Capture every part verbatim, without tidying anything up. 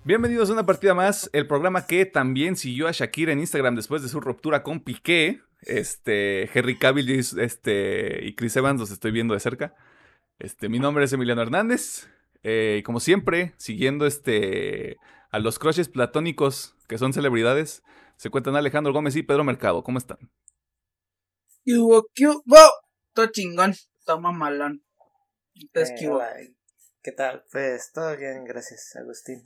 Bienvenidos a una partida más, el programa que también siguió a Shakira en Instagram después de su ruptura con Piqué. Este, Henry Cavill y, este, y Chris Evans los estoy viendo de cerca. Este, mi nombre es Emiliano Hernández. Eh, y como siempre, siguiendo este, a los crushes platónicos que son celebridades, se cuentan Alejandro Gómez y Pedro Mercado. ¿Cómo están? ¿Qué hubo? ¿Qué hubo? Todo chingón, toma malón. Entonces, Eh, ¿qué hubo? hola, ¿qué tal? Pues todo bien, gracias, Agustín.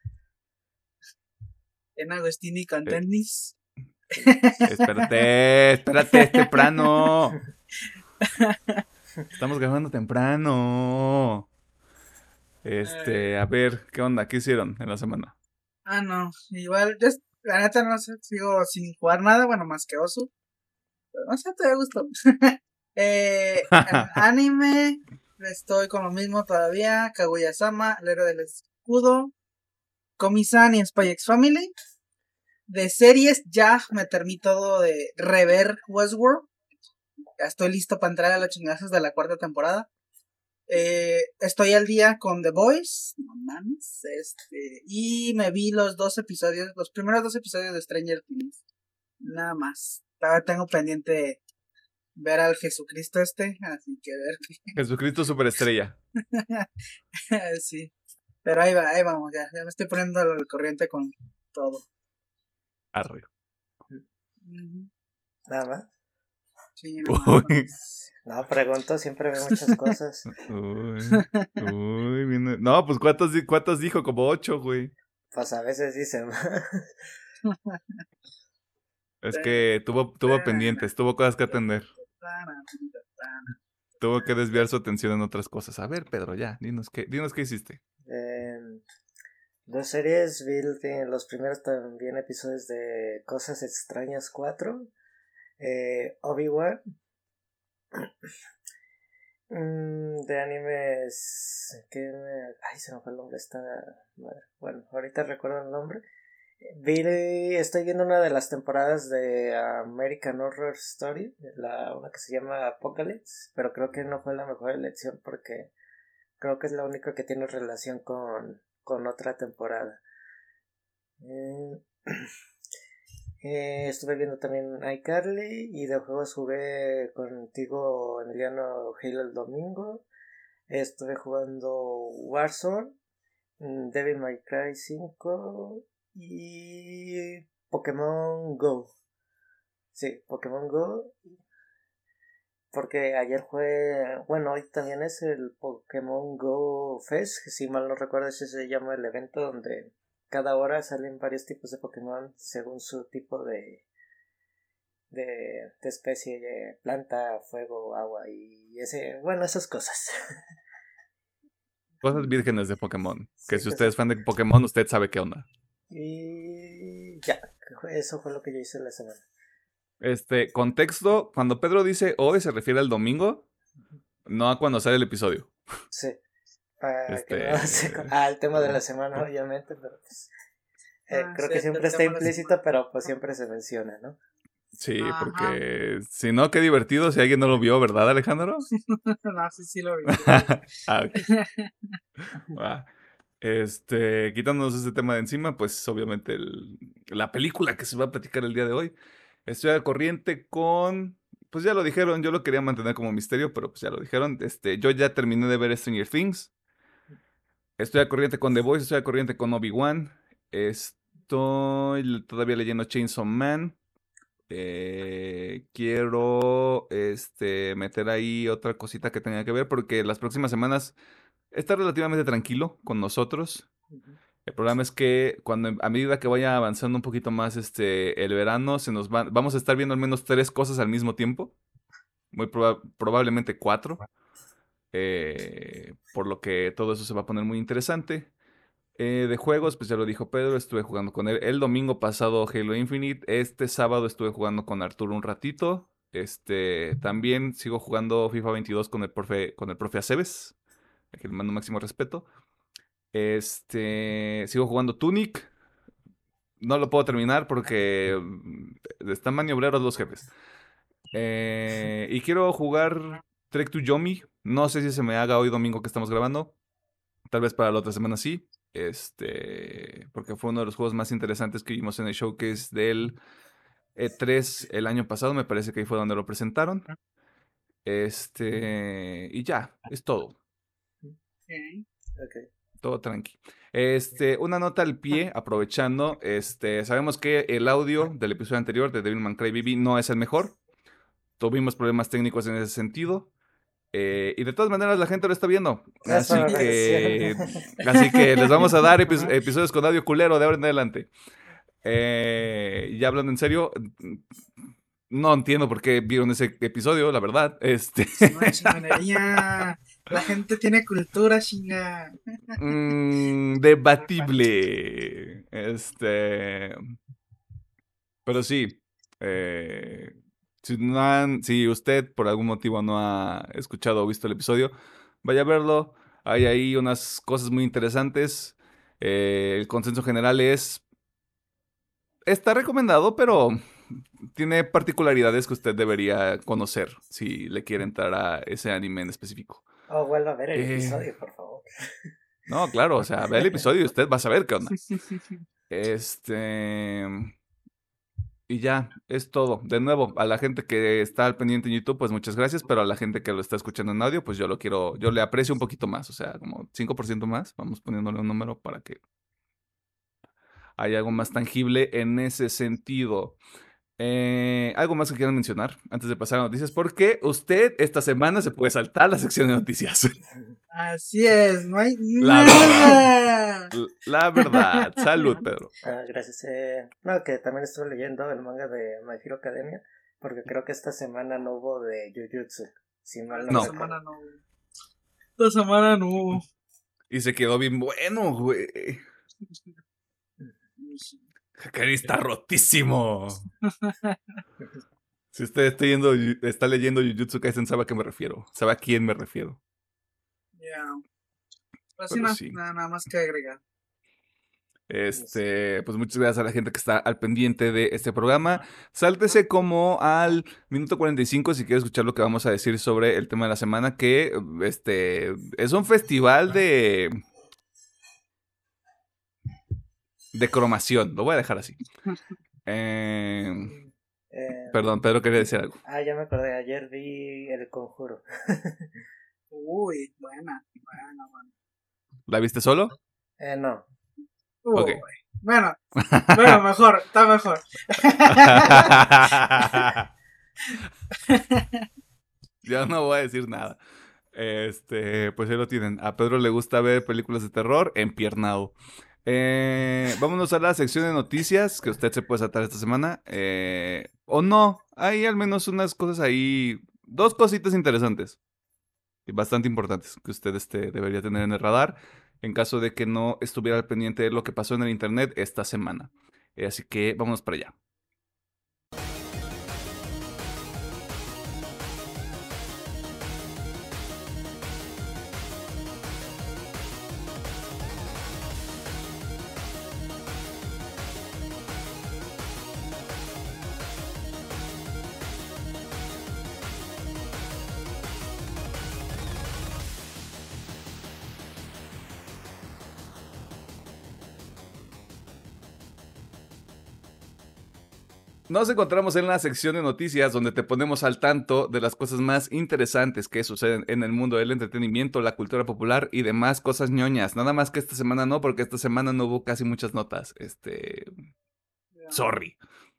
En Agostini con Eh, tenis. espérate, espérate, es temprano. Estamos grabando temprano. Este, a ver, ¿qué onda? ¿Qué hicieron en la semana? Ah, no, igual, yo, la neta no sé, sigo sin jugar nada, bueno, más que Osu. Pero no sé, te gustó. eh, en anime, estoy con lo mismo todavía. Kaguya-sama, el héroe del escudo. Komi-san y Spy X Family. De series, ya me terminé todo de rever Westworld. Ya estoy listo para entrar a los chingazos de la cuarta temporada. Eh, estoy al día con The Boys, no mames, este, y me vi los dos episodios, los primeros dos episodios de Stranger Things, nada más. Todavía tengo pendiente ver al Jesucristo este, así que ver qué. Jesucristo Superestrella. Sí, pero ahí va, ahí vamos, ya, ya me estoy poniendo al corriente con todo. Arre. Uh-huh. Nada más. Sí, no mames. No, pregunto, siempre veo muchas cosas. Uy, uy, viene- No, pues ¿cuántos, di- cuántos dijo? Como ocho, güey. Pues a veces dicen. Es que tuvo, tuvo pendientes, tuvo cosas que atender. Tuvo que desviar su atención en otras cosas. A ver, Pedro, ya, dinos qué, dinos qué hiciste. eh, dos series, vi el- los primeros también episodios de Cosas Extrañas cuatro. Eh, Obi-Wan. Mm, de animes que me... Ay, se me fue el nombre esta madre. Bueno, ahorita recuerdo el nombre. Vi, estoy viendo una de las temporadas de American Horror Story, la, una que se llama Apocalypse, pero creo que no fue la mejor elección porque creo que es la única que tiene relación con, con otra temporada. Eh, eh, estuve viendo también iCarly y de juegos jugué contigo, Emiliano, Halo el domingo. Estuve jugando Warzone, Devil May Cry cinco y Pokémon Go. Sí, Pokémon Go. Porque ayer fue, bueno, hoy también es el Pokémon Go Fest, que si mal no recuerdo ese se llama el evento donde cada hora salen varios tipos de Pokémon según su tipo de, de, de especie de planta, fuego, agua y ese, bueno, esas cosas. Cosas vírgenes de Pokémon. Que Sí, si que usted sí. es fan de Pokémon, usted sabe qué onda. Y ya, eso fue lo que yo hice la semana. Este, contexto, cuando Pedro dice hoy se refiere al domingo, no a cuando sale el episodio. Sí, para que no se... Este... Ah, el tema de la semana, obviamente, pero pues... Eh, Ah, creo sí, que el siempre está tema de la implícito, semana. pero pues siempre se menciona, ¿no? Sí, Ajá. porque si no, qué divertido si alguien no lo vio, ¿verdad, Alejandro? No, sí, sí lo vi. Sí lo vi. Ah, ok. Ah, Este, quitándonos ese tema de encima, pues obviamente el- la película que se va a platicar el día de hoy. Estoy al corriente con, pues ya lo dijeron, yo lo quería mantener como misterio, pero pues ya lo dijeron. Este, yo ya terminé de ver Stranger Things. Estoy al corriente con The Voice, estoy al corriente con Obi-Wan. Estoy l- todavía leyendo Chainsaw Man. Eh, quiero este, meter ahí otra cosita que tenga que ver porque las próximas semanas está relativamente tranquilo con nosotros. Ujú. El problema es que cuando a medida que vaya avanzando un poquito más este el verano, se nos va, vamos a estar viendo al menos tres cosas al mismo tiempo, muy proba- probablemente cuatro, eh, por lo que todo eso se va a poner muy interesante. Eh, de juegos, pues ya lo dijo Pedro, estuve jugando con él. El domingo pasado Halo Infinite, este sábado estuve jugando con Arturo un ratito. Este, también sigo jugando FIFA veintidós con el profe, con el profe Aceves, a quien le mando máximo respeto. Este, sigo jugando Tunic. No lo puedo terminar porque mm, están maniobreros los jefes. Eh, y quiero jugar Trek to Yomi. No sé si se me haga hoy domingo que estamos grabando. Tal vez para la otra semana sí. Este, porque fue uno de los juegos más interesantes que vimos en el showcase del E tres el año pasado, me parece que ahí fue donde lo presentaron. Este, y ya, es todo. Okay. Okay. Todo tranqui. Este, una nota al pie, aprovechando, este, sabemos que el audio del episodio anterior de Devil May Cry Baby no es el mejor. Tuvimos problemas técnicos en ese sentido. Eh, y de todas maneras la gente lo está viendo. Eso Así me que, pareció. así que les vamos a dar epi- episodios con audio culero de ahora en adelante. Eh, ya hablando en serio, no entiendo por qué vieron ese episodio, la verdad. Este, Es una chingonería. La gente tiene cultura, chinga. mm, debatible. Este, pero sí. eh, si, no han- si usted por algún motivo no ha escuchado o visto el episodio, vaya a verlo. Hay ahí unas cosas muy interesantes. Eh, el consenso general es, está recomendado, pero tiene particularidades que usted debería conocer si le quiere entrar a ese anime en específico. Oh, vuelva a ver el Eh, episodio, por favor. no, claro, o sea, ve el episodio y usted va a saber qué onda. Este... Y ya, es todo. De nuevo, a la gente que está al pendiente en YouTube, pues muchas gracias, pero a la gente que lo está escuchando en audio, pues yo lo quiero, yo le aprecio un poquito más, o sea, como cinco por ciento más, vamos poniéndole un número para que haya algo más tangible en ese sentido. Eh, ¿algo más que quieran mencionar antes de pasar a noticias? Porque usted esta semana se puede saltar la sección de noticias. Así es, no hay La nada. verdad. La verdad. Salud, Pedro. Ah, gracias. Eh, no, que también estuve leyendo el manga de My Hero Academia, porque creo que esta semana no hubo de Jujutsu. Si mal no, No. Esta recuerdo. semana no. Esta semana no. Y se quedó bien bueno, güey. Hakari está rotísimo. Si usted está, yendo, está leyendo Jujutsu Kaisen, sabe a qué me refiero. Sabe a quién me refiero. Ya. Pues sí, Pero no, sí. nada, nada más que agregar. Este, pues muchas gracias a la gente que está al pendiente de este programa. Sáltese como al minuto cuarenta y cinco si quiere escuchar lo que vamos a decir sobre el tema de la semana, que este es un festival de de cromación. Lo voy a dejar así. Eh, Eh, perdón, Pedro quería decir algo. ah, ya me acordé. Ayer vi El Conjuro. Uy, buena, buena, buena. ¿La viste solo? Eh, no. Uy, Ok. bueno, bueno, mejor, está mejor. Yo no voy a decir nada. Este, pues ahí lo tienen. A Pedro le gusta ver películas de terror empiernado. Eh, vámonos a la sección de noticias que usted se puede saltar esta semana. Eh, o no, hay al menos unas cosas ahí, dos cositas interesantes y bastante importantes que usted este, debería tener en el radar en caso de que no estuviera al pendiente de lo que pasó en el internet esta semana. Eh, así que vámonos para allá. Nos encontramos en la sección de noticias donde te ponemos al tanto de las cosas más interesantes que suceden en el mundo del entretenimiento, la cultura popular y demás cosas ñoñas. Nada más que esta semana no, porque esta semana no hubo casi muchas notas. Este, sorry.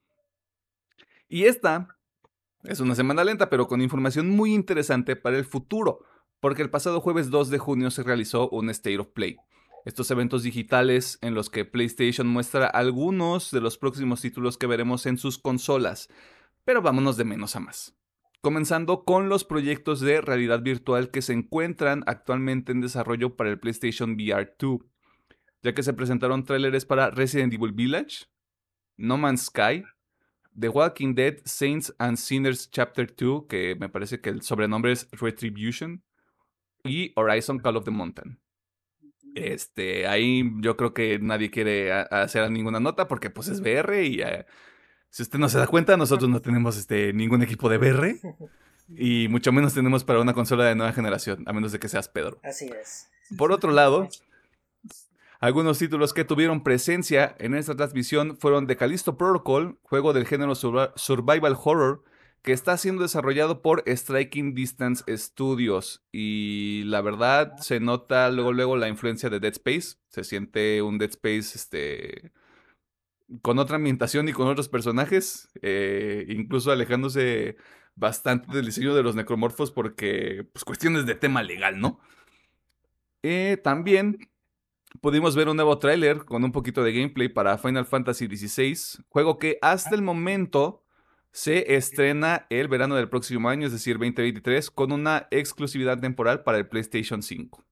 Y esta es una semana lenta, pero con información muy interesante para el futuro, porque el pasado jueves dos de junio se realizó un State of Play. Estos eventos digitales en los que PlayStation muestra algunos de los próximos títulos que veremos en sus consolas. Pero vámonos de menos a más. Comenzando con los proyectos de realidad virtual que se encuentran actualmente en desarrollo para el PlayStation V R dos, ya que se presentaron tráileres para Resident Evil Village, No Man's Sky, The Walking Dead Saints and Sinners Chapter dos, que me parece que el sobrenombre es Retribution, y Horizon Call of the Mountain. Este, ahí yo creo que nadie quiere a- hacer ninguna nota porque pues es V R y uh, si usted no se da cuenta, nosotros no tenemos este, ningún equipo de V R y mucho menos tenemos para una consola de nueva generación, a menos de que seas Pedro. Así es. Por otro lado, Algunos títulos que tuvieron presencia en esta transmisión fueron The Callisto Protocol, juego del género survi- Survival Horror, que está siendo desarrollado por Striking Distance Studios. Y la verdad, se nota luego, luego la influencia de Dead Space. Se siente un Dead Space este, con otra ambientación y con otros personajes, eh, incluso alejándose bastante del diseño de los necromorfos porque, pues, cuestiones de tema legal, ¿no? Eh, también pudimos ver un nuevo tráiler con un poquito de gameplay para Final Fantasy dieciséis, juego que hasta el momento se estrena el verano del próximo año, es decir, veinte veintitrés, con una exclusividad temporal para el PlayStation cinco.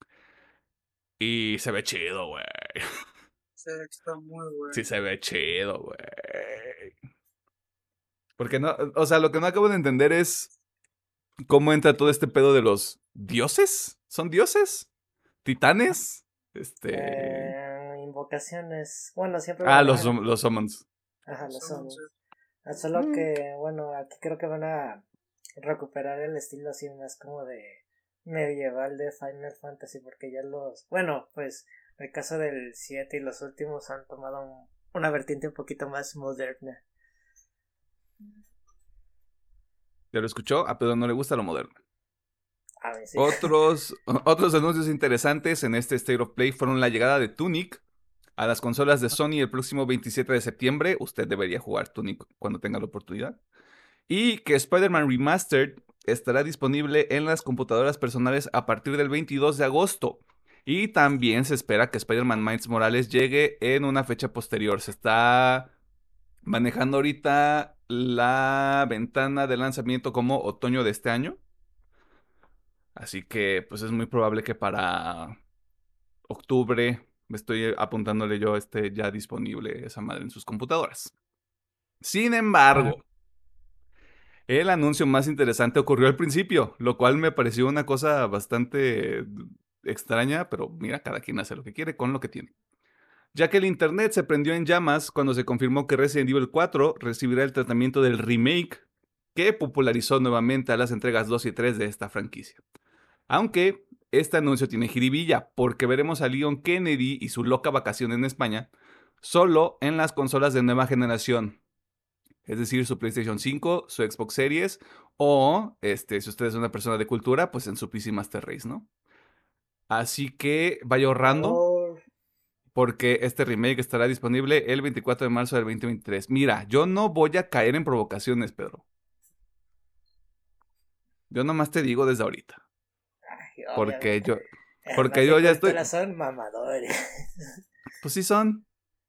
Y se ve chido, güey. Se ve que está muy bueno. Sí se ve chido, güey. Porque no, o sea, lo que no acabo de entender es cómo entra todo este pedo de los dioses. ¿Son dioses? ¿Titanes? Este. Eh, invocaciones. Bueno, siempre Ah, van los, a. sum- los summons. Ajá, los Somos, summons. eh, Ah, Solo Mm. que, bueno, aquí creo que van a recuperar el estilo así más como de medieval de Final Fantasy, porque ya los. Bueno, pues el caso del siete y los últimos han tomado un- una vertiente un poquito más moderna. ¿Ya lo escuchó? A Pedro no le gusta lo moderno. A ver, sí. Otros, otros anuncios interesantes en este State of Play fueron la llegada de Tunic a las consolas de Sony el próximo veintisiete de septiembre. Usted debería jugar Tunic cuando tenga la oportunidad. Y que Spider-Man Remastered estará disponible en las computadoras personales a partir del veintidós de agosto. Y también se espera que Spider-Man Miles Morales llegue en una fecha posterior. Se está manejando ahorita la ventana de lanzamiento como otoño de este año. Así que pues es muy probable que para octubre me estoy apuntándole yo esté ya disponible esa madre en sus computadoras. Sin embargo, el anuncio más interesante ocurrió al principio, lo cual me pareció una cosa bastante extraña, pero mira, cada quien hace lo que quiere con lo que tiene. Ya que el internet se prendió en llamas cuando se confirmó que Resident Evil cuatro recibirá el tratamiento del remake que popularizó nuevamente a las entregas dos y tres de esta franquicia. Aunque este anuncio tiene jiribilla, porque veremos a Leon Kennedy y su loca vacación en España solo en las consolas de nueva generación. Es decir, su PlayStation cinco, su Xbox Series o, este, si usted es una persona de cultura, pues en su P C Master Race, ¿no? Así que vaya ahorrando, Oh, porque este remake estará disponible el veinticuatro de marzo del veinte veintitrés. Mira, yo no voy a caer en provocaciones, Pedro. Yo nomás te digo desde ahorita. ay, Porque obviamente. yo, Además porque de yo ya estoy, cultura son mamadores. pues sí son.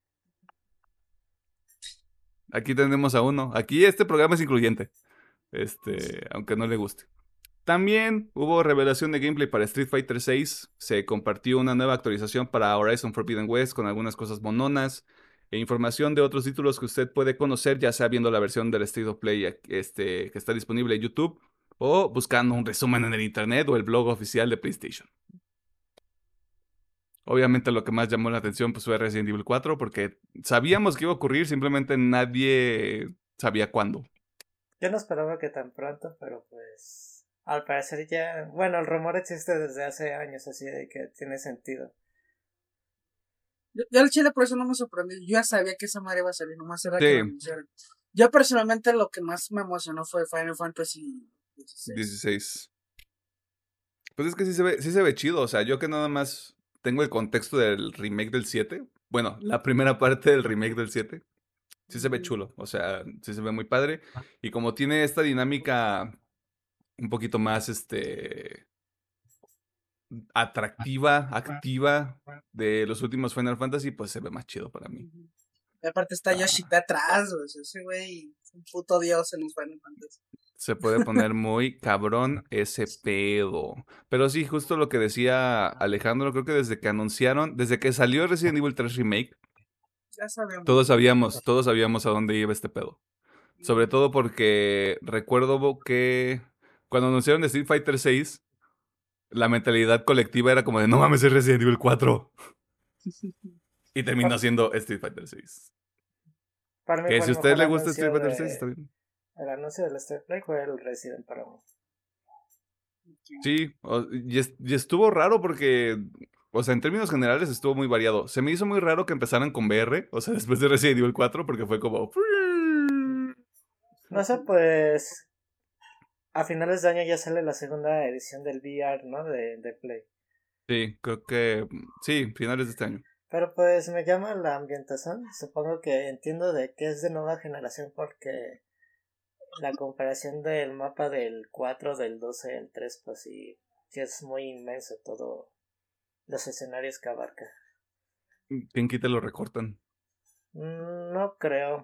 Aquí tenemos a uno. Aquí este programa es incluyente. Este, aunque no le guste. También hubo revelación de gameplay para Street Fighter seis. Se compartió una nueva actualización para Horizon Forbidden West con algunas cosas mononas e información de otros títulos que usted puede conocer, ya sea viendo la versión del State of Play este, que está disponible en YouTube o buscando un resumen en el internet o el blog oficial de PlayStation. Obviamente lo que más llamó la atención pues, fue Resident Evil cuatro porque sabíamos que iba a ocurrir, simplemente nadie sabía cuándo. Yo no esperaba que tan pronto, pero pues al parecer ya, bueno, el rumor existe desde hace años, así de que tiene sentido. Yo, yo al chile por eso no me sorprendí. Yo ya sabía que esa madre iba a salir, nomás era Sí. que lo anunciaran. Yo personalmente lo que más me emocionó fue Final Fantasy dieciséis. dieciséis. Pues es que sí se ve, sí se ve chido. O sea, yo que nada más tengo el contexto del remake del siete. Bueno, la primera parte del remake del siete. Sí se ve chulo. O sea, sí se ve muy padre. Y como tiene esta dinámica un poquito más este atractiva, activa de los últimos Final Fantasy, pues se ve más chido para mí. Y aparte está Ah. Yoshida atrás, güey. Ese güey es un puto dios en los Final Fantasy. Se puede poner muy cabrón ese pedo. Pero sí, justo lo que decía Alejandro, creo que desde que anunciaron, desde que salió Resident Evil tres Remake, Ya sabemos. todos sabíamos, todos sabíamos a dónde iba este pedo. Sobre todo porque recuerdo que cuando anunciaron Street Fighter seis, la mentalidad colectiva era como de no mames, es Resident Evil cuatro. Y terminó siendo Street Fighter seis. Para mí Que fue si a el usted mejor le gusta anuncio Street Fighter de- seis, está bien. El anuncio del State Play fue el Resident para mí. Sí, o- y, es- y estuvo raro porque O sea, en términos generales estuvo muy variado. Se me hizo muy raro que empezaran con V R, o sea, después de Resident Evil cuatro, porque fue como... No sé, pues a finales de año ya sale la segunda edición del V R, ¿no? De, de Play. Sí, creo que... Sí, finales de este año. Pero pues me llama la ambientación. Supongo que entiendo de que es de nueva generación porque la comparación del mapa del cuatro, del doce, el tres, pues sí, sí es muy inmenso todo los escenarios que abarca. ¿Quién quita lo recortan? Mm, No creo.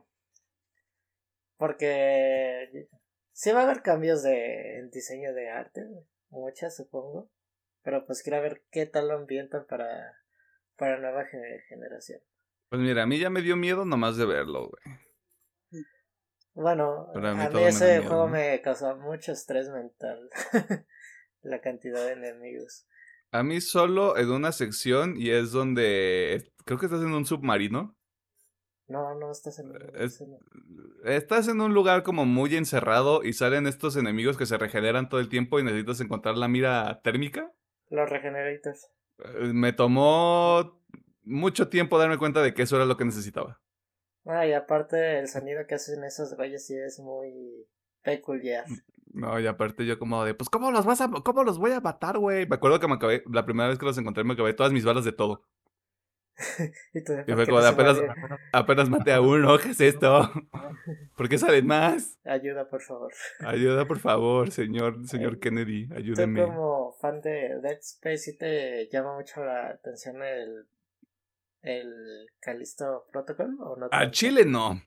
Porque sí va a haber cambios de en diseño de arte, muchas supongo. Pero pues quiero ver qué tal lo ambientan para, para nueva ge- generación. Pues mira, a mí ya me dio miedo nomás de verlo, güey. Bueno, Pero a mí a mí todo me da ese miedo, juego ¿no? me causó mucho estrés mental. La cantidad de enemigos. A mí solo en una sección y es donde... Creo que estás en un submarino. No, no estás en ninguna Es- escena. Estás en un lugar como muy encerrado y salen estos enemigos que se regeneran todo el tiempo y necesitas encontrar la mira térmica. Los regenerators. Eh, Me tomó mucho tiempo darme cuenta de que eso era lo que necesitaba. Ah, y aparte el sonido que hacen esos güeyes sí es muy peculiar. No, y aparte yo como de, pues, ¿cómo los vas a, cómo los voy a matar, güey? Me acuerdo que me acabé, la primera vez que los encontré me acabé todas mis balas de todo. Y tú, Y ¿por fue qué como no de se apenas, muere? apenas maté a uno, ¿qué es esto? ¿Por qué salen más? Ayuda, por favor. Ayuda, por favor, señor, señor Eh, Kennedy, Tú ayúdeme. como fan de Dead Space, ¿sí te llama mucho la atención el, el Callisto Protocol o no A tanto? Chile no.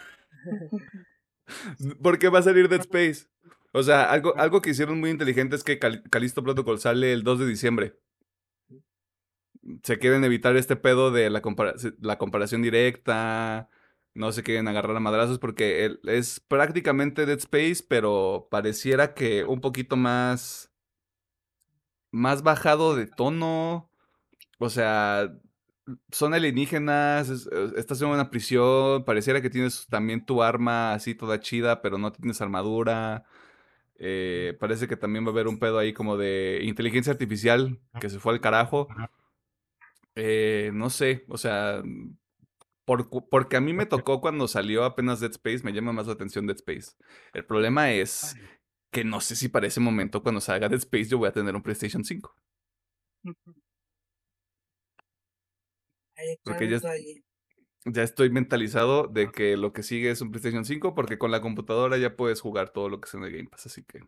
¿Por qué va a salir Dead Space? O sea, algo, algo que hicieron muy inteligente es que Cal- Callisto Protocol sale el dos de diciembre. Se quieren evitar este pedo de la, compara- la comparación directa. No se quieren agarrar a madrazos porque el- es prácticamente Dead Space, pero pareciera que un poquito más, más bajado de tono. O sea, son alienígenas, es- es- estás en una prisión, pareciera que tienes también tu arma así toda chida, pero no tienes armadura. Eh, parece que también va a haber un pedo ahí como de inteligencia artificial que se fue al carajo. Eh, no sé, o sea, por cu- porque a mí me tocó cuando salió apenas Dead Space, me llama más la atención Dead Space. El problema es que no sé si para ese momento, cuando salga Dead Space, yo voy a tener un PlayStation cinco. Ahí está Porque el ya, detalle. ya estoy mentalizado de que lo que sigue es un PlayStation cinco, porque con la computadora ya puedes jugar todo lo que es en el Game Pass, así que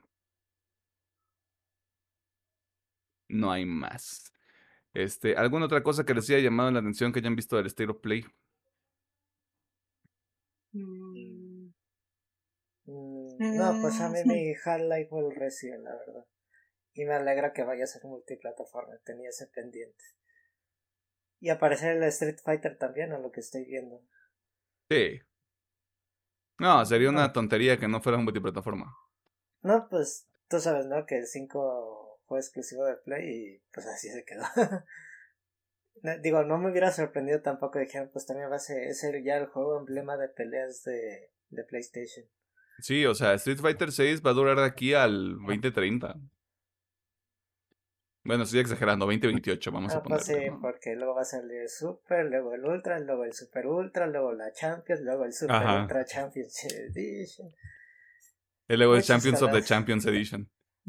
no hay más. Este, ¿alguna otra cosa que les haya llamado la atención que hayan visto del State of Play? Mm, Mm, No, pues a eh, mí sí. mi highlight fue el Resident, la verdad. Y me alegra que vaya a ser multiplataforma, tenía ese pendiente. Y aparecer el Street Fighter también, a lo que estoy viendo. Sí. No, sería No, una tontería que no fuera un multiplataforma. no, pues tú sabes, ¿no? Que el cinco fue exclusivo de Play y pues así se quedó. No, digo, no me hubiera sorprendido tampoco, dijeron, pues también va a ser, es el, ya el juego emblema de peleas de, de PlayStation. Sí, o sea, Street Fighter seis va a durar de aquí al veinte treinta. Bueno, estoy exagerando, veinte veintiocho, vamos a Ah, pues sí, ponerle, ¿no? porque luego va a salir el Super, luego el Ultra, luego el Super Ultra, luego la Champions, luego el Super Ajá. Ultra Champions Edition. Y luego el Muchas Champions of the caladas. Champions Edition.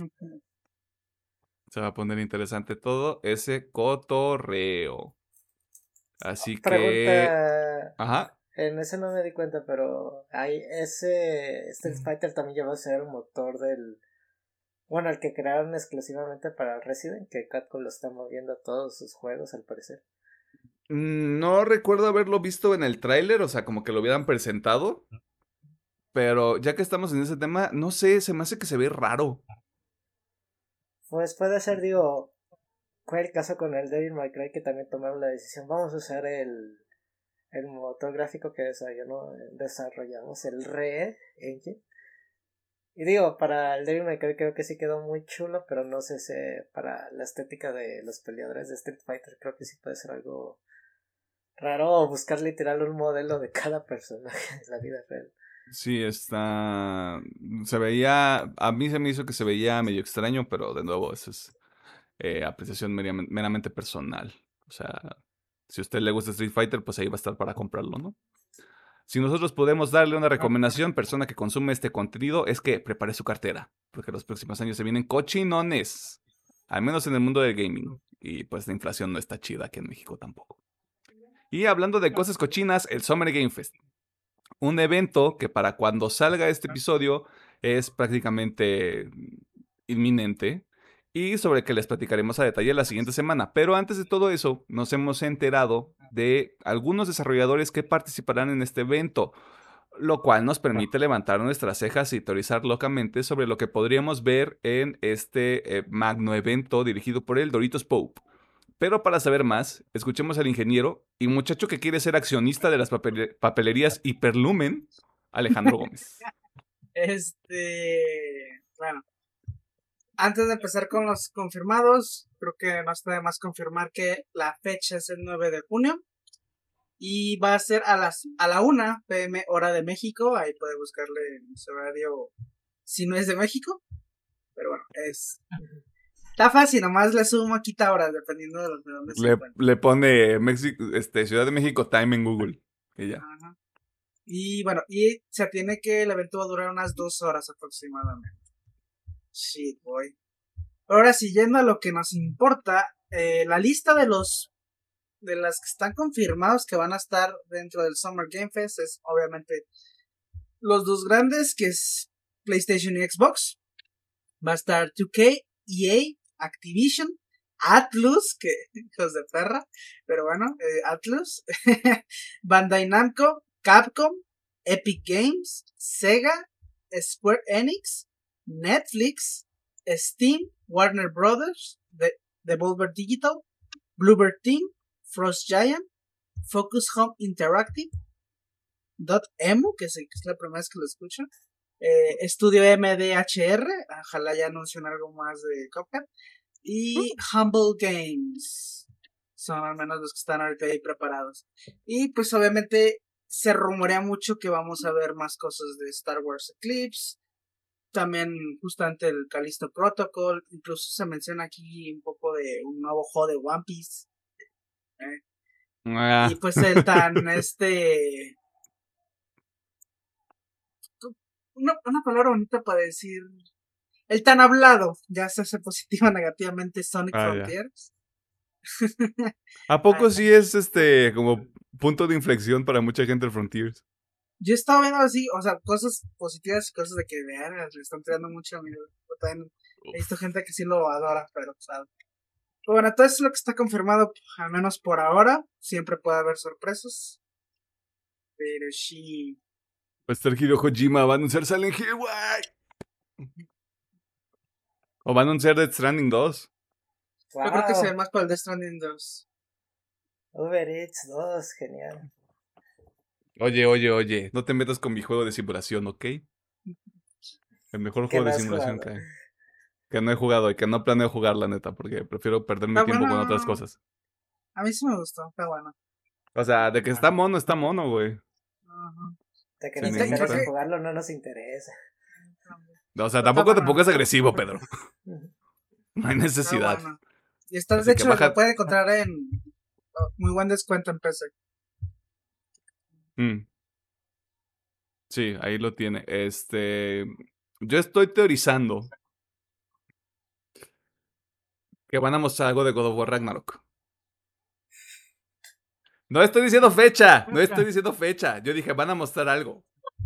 Se va a poner interesante todo ese cotorreo. Así que... Pregunta, Ajá. en ese no me di cuenta, pero hay ese Street Fighter también lleva a ser el motor del, bueno, el que crearon exclusivamente para Resident, que Capcom lo está moviendo a todos sus juegos al parecer. Mm, No recuerdo haberlo visto en el tráiler, o sea, como que lo hubieran presentado. Pero ya que estamos en ese tema, no sé, se me hace que se ve raro. Pues puede ser, digo, fue el caso con el Devil May Cry que también tomaron la decisión, vamos a usar el, el motor gráfico que desarrolló- desarrollamos, el Re Engine. Y digo, para el Devil May Cry creo que sí quedó muy chulo, pero no sé si para la estética de los peleadores de Street Fighter creo que sí puede ser algo raro o buscar literal un modelo de cada personaje de la vida real. Sí, está... Se veía... A mí se me hizo que se veía medio extraño, pero de nuevo, eso es... eh, apreciación meramente, meramente personal. O sea, si a usted le gusta Street Fighter, pues ahí va a estar para comprarlo, ¿no? Si nosotros podemos darle una recomendación, persona que consume este contenido, es que prepare su cartera, porque los próximos años se vienen cochinones, al menos en el mundo del gaming. Y pues la inflación no está chida aquí en México tampoco. Y hablando de cosas cochinas, el Summer Game Fest. Un evento que para cuando salga este episodio es prácticamente inminente y sobre el que les platicaremos a detalle la siguiente semana. Pero antes de todo eso, nos hemos enterado de algunos desarrolladores que participarán en este evento, lo cual nos permite levantar nuestras cejas y teorizar locamente sobre lo que podríamos ver en este eh, magno evento dirigido por el Doritos Pope. Pero para saber más, escuchemos al ingeniero y muchacho que quiere ser accionista de las papel papelerías Hiperlumen, Alejandro Gómez. Este, bueno, antes de empezar con los confirmados, creo que no está de más confirmar que la fecha es el nueve de junio y va a ser a las a la una pe eme hora de México. Ahí puede buscarle en su horario si no es de México, pero bueno, es está fácil, nomás le sumo quita horas dependiendo de, los, de dónde se Le, encuentre. le pone México, este, Ciudad de México Time en Google. Y ya. Ajá. Y bueno, y se tiene que el evento va a durar unas dos horas aproximadamente. Shit, boy. Ahora sí, yendo a lo que nos importa, eh, la lista de los de las que están confirmados que van a estar dentro del Summer Game Fest es obviamente los dos grandes, que es PlayStation y Xbox. Va a estar dos K, E A, Activision, Atlus, que hijos de perra, pero bueno, eh, Atlus, Bandai Namco, Capcom, Epic Games, Sega, Square Enix, Netflix, Steam, Warner Brothers, The Devolver Digital, Bluebird Team, Frost Giant, Focus Home Interactive, Dotemu, que es, que es la primera vez que lo escucho, eh, Estudio M D H R, ojalá ya anuncien algo más de Cuphead, y Humble Games. Son al menos los que están ahorita ahí preparados. Y pues obviamente se rumorea mucho que vamos a ver más cosas de Star Wars Eclipse. También justamente el Callisto Protocol. Incluso se menciona aquí un poco de un nuevo juego de One Piece. ¿eh? Ah. Y pues el tan este... Una, una palabra bonita para decir... El tan hablado, ya se hace positivo o negativamente, Sonic Ah, Frontiers. ¿A poco Ay, sí es este como punto de inflexión para mucha gente el Frontiers? Yo estaba viendo así, o sea, cosas positivas y cosas de que vean, le están tirando mucho a mí. Yo también he visto gente que sí lo adora, pero, o sea. Pero bueno, todo eso es lo que está confirmado, al menos por ahora. Siempre puede haber sorpresas. Pero sí. Va a estar Hideo Kojima, va a anunciar Silent Hill, güey. O va a anunciar Death Stranding dos. Wow. Yo creo que se ve más para el Death Stranding dos. Uber Eats dos, genial. Oye, oye, oye, no te metas con mi juego de simulación, ¿ok? El mejor juego de simulación que hay. Que no he jugado y que no planeo jugar, la neta, porque prefiero perder mi Está tiempo bueno. con otras cosas. A mí sí me gustó, está bueno. O sea, de que está mono, está mono, güey. Uh-huh. De que Sí, nos me interesa gusta. jugarlo no nos interesa. O sea, tampoco te pongas agresivo, Pedro. Ujú. No hay necesidad. Bueno. Y está, Así de que hecho, baja- lo puede encontrar en oh, muy buen descuento en P C. Mm. Sí, ahí lo tiene. Este. Yo estoy teorizando que van a mostrar algo de God of War Ragnarok. No estoy diciendo fecha, no estoy diciendo fecha. Yo dije, van a mostrar algo.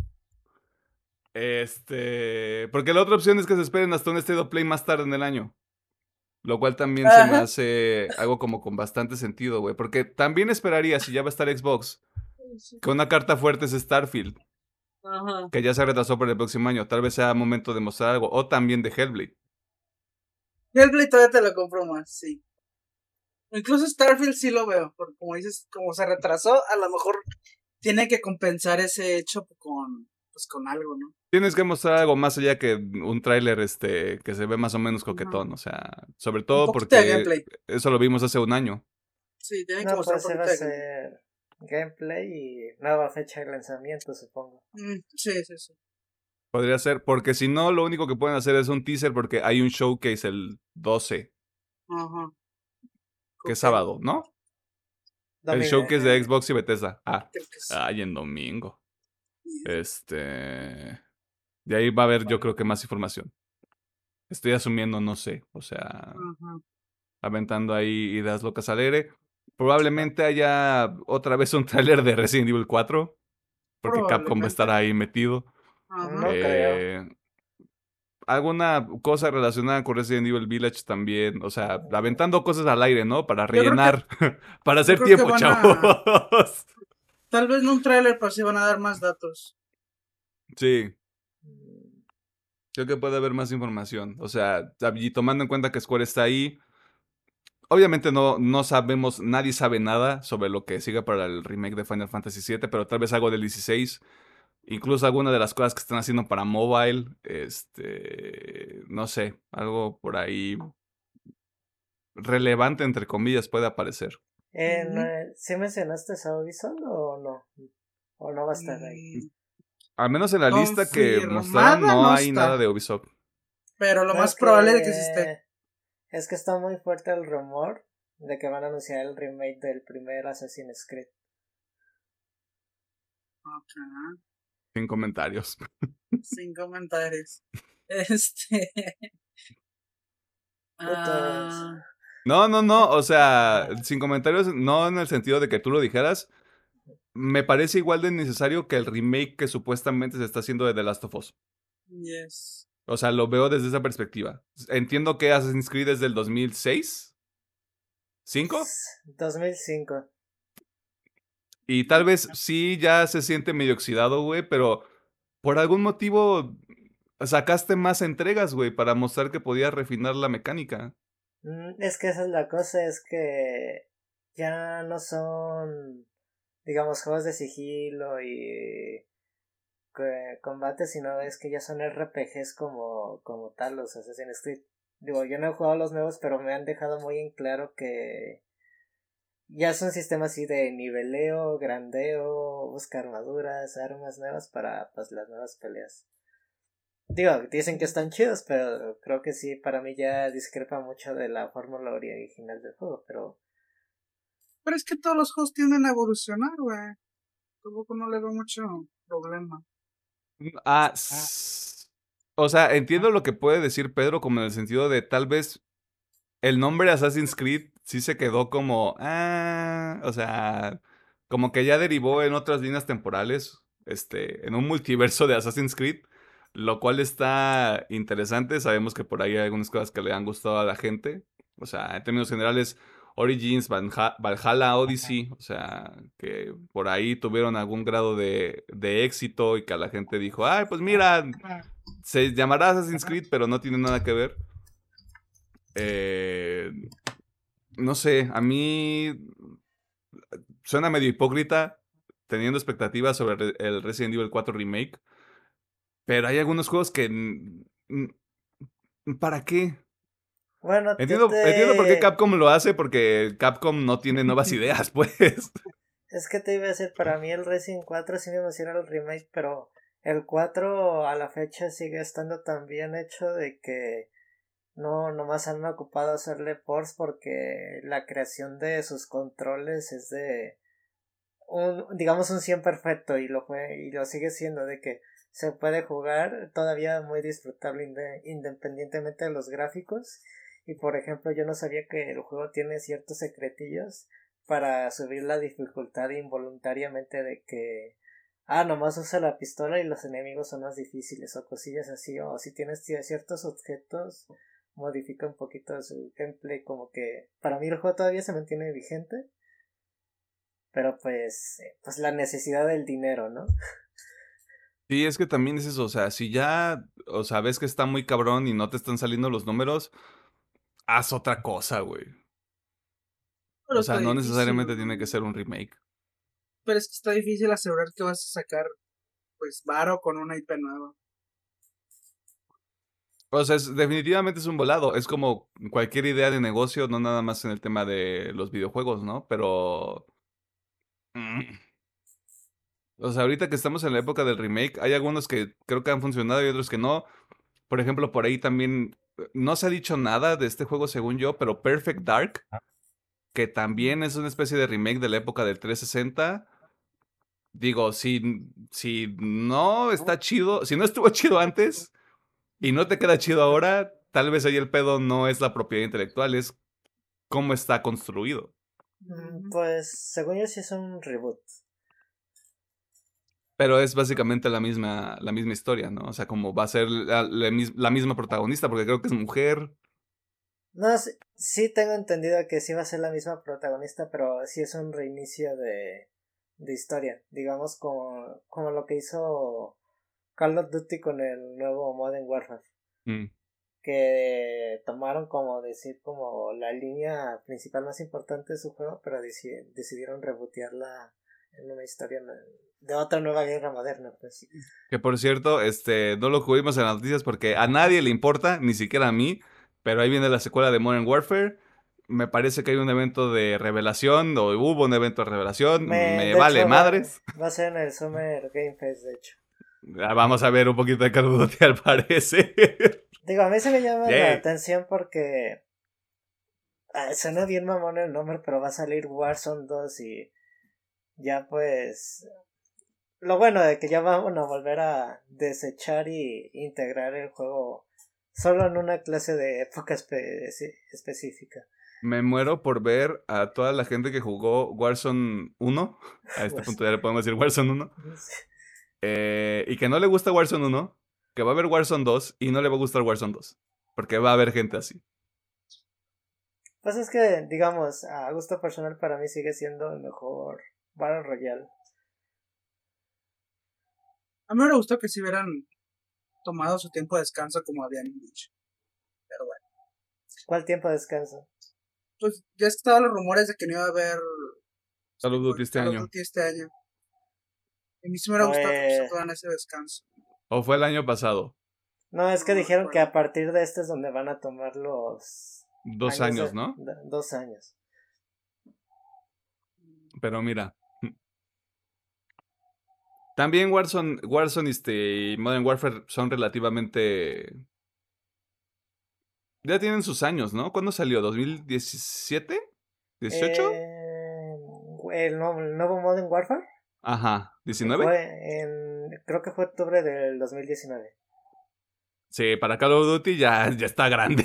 Este. Porque la otra opción es que se esperen hasta un State of Play más tarde en el año. Lo cual también se me Ajá. hace algo como con bastante sentido, güey. Porque también esperaría, si ya va a estar Xbox, que una carta fuerte es Starfield, Ajá. que ya se retrasó para el próximo año. Tal vez sea momento de mostrar algo. O también de Hellblade. Hellblade todavía te lo compro más, sí. Incluso Starfield sí lo veo, porque como dices, como se retrasó, a lo mejor tiene que compensar ese hecho con, pues con algo, ¿no? Tienes que mostrar algo más allá que un tráiler este, que se ve más o menos coquetón. O sea, sobre Un todo poquito de porque gameplay. eso lo vimos hace un año. Sí, tiene que No, mostrar pues un va a poquito de gameplay. ser gameplay y nueva fecha de lanzamiento, supongo. Mm, sí, sí, sí. Podría ser, porque si no, lo único que pueden hacer es un teaser porque hay un showcase el doce. Ajá. Que es Ok. sábado, ¿no? El Domingo. showcase de Xbox y Bethesda. Ah, Creo que sí. ay, en domingo. Este. De ahí va a haber, yo creo que más información. Estoy asumiendo, no sé. O sea, Ajá. aventando ahí ideas locas al aire. Probablemente haya otra vez un tráiler de Resident Evil cuatro. Porque Capcom va a Probablemente. estar ahí metido. Ajá. No creo. Eh, alguna cosa relacionada con Resident Evil Village también. O sea, aventando cosas al aire, ¿no? Para Yo creo que, rellenar. Para yo hacer creo que tiempo, van chavos. a, tal vez no un tráiler, pero sí van a dar más datos. Sí. Creo que puede haber más información. O sea, y tomando en cuenta que Square está ahí. Obviamente no, no sabemos, nadie sabe nada sobre lo que siga para el remake de Final Fantasy siete, pero tal vez algo del dieciséis. Incluso alguna de las cosas que están haciendo para mobile. Este. No sé. Algo por ahí relevante, entre comillas, puede aparecer. Eh, no, Ujú. ¿Sí mencionaste a Ubisoft o no? ¿O no va a estar ahí? Mm, Al menos en la lista que mostraron, confirmada no no hay nada está, de Ubisoft. pero lo No, es más probable es que sí esté. que es que está muy fuerte el rumor de que van a anunciar el remake del primer Assassin's Creed. Ajá. Sin comentarios. Sin comentarios. Este. Putos. ah, No, no, no. O sea, sin comentarios, no en el sentido de que tú lo dijeras. Me parece igual de necesario que el remake que supuestamente se está haciendo de The Last of Us. yes. O sea, lo veo desde esa perspectiva. Entiendo que Assassin's Creed es del dos mil seis, ¿cinco? dos mil cinco. Y tal vez sí ya se siente medio oxidado, güey, pero por algún motivo sacaste más entregas, güey, para mostrar que podías refinar la mecánica. Mm, Es que esa es la cosa, es que ya no son, digamos, juegos de sigilo y que- combate, sino es que ya son R P Gs como, como tal los Assassin's Creed. Digo, yo no he jugado los nuevos, pero me han dejado muy en claro que ya es un sistema así de niveleo, grandeo, buscar armaduras, armas nuevas para pues las nuevas peleas. Digo, dicen que están chidos, pero creo que sí, para mí ya discrepa mucho de la fórmula original del juego, pero Pero es que todos los juegos tienden a evolucionar, güey. Tampoco no le veo mucho problema. Ah, s- o sea, entiendo lo que puede decir Pedro como en el sentido de tal vez el nombre Assassin's Creed sí se quedó como, ah, o sea, como que ya derivó en otras líneas temporales, este, en un multiverso de Assassin's Creed, lo cual está interesante. Sabemos que por ahí hay algunas cosas que le han gustado a la gente. O sea, en términos generales, Origins, Valha- Valhalla, Odyssey, o sea, que por ahí tuvieron algún grado de, de éxito y que a la gente dijo, ay, pues mira, se llamará Assassin's Creed, pero no tiene nada que ver. Eh, no sé, a mí suena medio hipócrita teniendo expectativas sobre re- el Resident Evil cuatro Remake, pero hay algunos juegos que... mm, mm, ¿para qué? bueno, yo Entiendo, entiendo por qué te... Capcom lo hace, porque Capcom no tiene nuevas ideas, pues. Es que te iba a decir, para mí el Resident cuatro sí me emociona el remake, pero el cuatro a la fecha sigue estando tan bien hecho de que no, nomás han ocupado hacerle ports porque la creación de sus controles es de un, digamos un cien perfecto y lo fue, y lo sigue siendo de que se puede jugar todavía muy disfrutable inde- independientemente de los gráficos. Y por ejemplo, yo no sabía que el juego tiene ciertos secretillos para subir la dificultad involuntariamente de que ah, nomás usa la pistola y los enemigos son más difíciles o cosillas así, o si tienes ciertos objetos modifica un poquito su gameplay, como que para mí el juego todavía se mantiene vigente, pero pues eh, pues la necesidad del dinero, ¿no? Sí, es que también es eso, o sea, si ya, o sea, ves que está muy cabrón y no te están saliendo los números, haz otra cosa, güey. Pero O sea, está no difícil, necesariamente tiene güey. que ser un remake. Pero es que está difícil asegurar que vas a sacar, pues, varo con una I P nueva. O sea, es- definitivamente es un volado. Es como cualquier idea de negocio, no nada más en el tema de los videojuegos, ¿no? Pero... mm, o sea, ahorita que estamos en la época del remake, hay algunos que creo que han funcionado y otros que no. Por ejemplo, por ahí también no se ha dicho nada de este juego según yo, pero Perfect Dark, que también es una especie de remake de la época del trescientos sesenta. Digo, si, si no está chido, si no estuvo chido antes y no te queda chido ahora, tal vez ahí el pedo no es la propiedad intelectual, es cómo está construido. Pues, según yo, sí es un reboot. Pero es básicamente la misma, la misma historia, ¿no? O sea, como va a ser la, la, la misma protagonista, porque creo que es mujer. No, sí, sí tengo entendido que sí va a ser la misma protagonista, pero sí es un reinicio de, de historia. Digamos como, como lo que hizo Call of Duty con el nuevo Modern Warfare. Mm. Que tomaron como decir como la línea principal más importante de su juego, pero deci- decidieron rebotearla en una historia de otra nueva guerra moderna, pues. Que por cierto, este, no lo cubrimos en las noticias porque a nadie le importa, ni siquiera a mí, pero ahí viene la secuela de Modern Warfare. Me parece que hay un evento de revelación, o hubo un evento de revelación, me, me vale hecho, madres. Va, va a ser en el Summer Game Fest, de hecho. Vamos a ver un poquito de Call of Duty al parecer. Digo, a mí se me llama Yay. la atención porque ah, suena bien mamón el nombre, pero va a salir Warzone dos y ya pues lo bueno de que ya vamos a volver a desechar y integrar el juego solo en una clase de época espe- específica. Me muero por ver a toda la gente que jugó Warzone uno. A este punto ya le podemos decir Warzone uno. Eh, y que no le gusta Warzone uno. Que va a haber Warzone dos y no le va a gustar Warzone dos. Porque va a haber gente así. Pues es que, digamos, a gusto personal para mí sigue siendo el mejor Battle Royale. A mí me gustó que si hubieran tomado su tiempo de descanso como habían dicho. Pero bueno. ¿Cuál tiempo de descanso? Pues ya estaban los rumores de que no iba a haber Call of Duty este Call of año. Duty este año. A mí sí me hubiera Pues... gustado que se tomaran ese descanso. ¿O fue el año pasado? No, es que No, dijeron bueno. que a partir de este es donde van a tomar los... Dos años, de... ¿no? De... Dos años. Pero mira. También Warzone, Warzone este, y Modern Warfare son relativamente... Ya tienen sus años, ¿no? ¿Cuándo salió? ¿dos mil diecisiete? ¿dieciocho? Eh, el, nuevo, el nuevo Modern Warfare. Ajá. ¿diecinueve? Fue en, creo que fue octubre del dos mil diecinueve. Sí, para Call of Duty ya, ya está grande.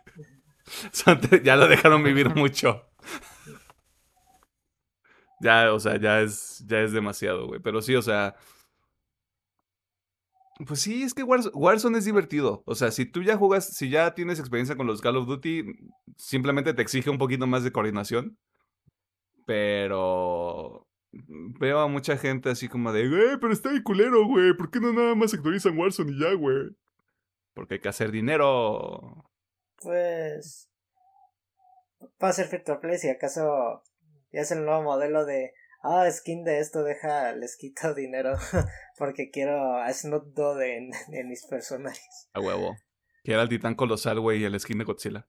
Ya lo dejaron vivir mucho. Ya, o sea, ya es, ya es demasiado, güey. Pero sí, o sea... Pues sí, es que Warzone, Warzone es divertido. O sea, si tú ya jugas, si ya tienes experiencia con los Call of Duty, simplemente te exige un poquito más de coordinación. Pero veo a mucha gente así como de, güey, pero está ahí culero, güey. ¿Por qué no nada más actualizan Warzone y ya, güey? Porque hay que hacer dinero. Pues... Va a ser free to play, si acaso ya es el nuevo modelo de... Ah, skin de esto, deja, les quito dinero porque quiero a Snoop Dogg en, en mis personajes. A huevo. Que era el titán colosal, güey, y el skin de Godzilla.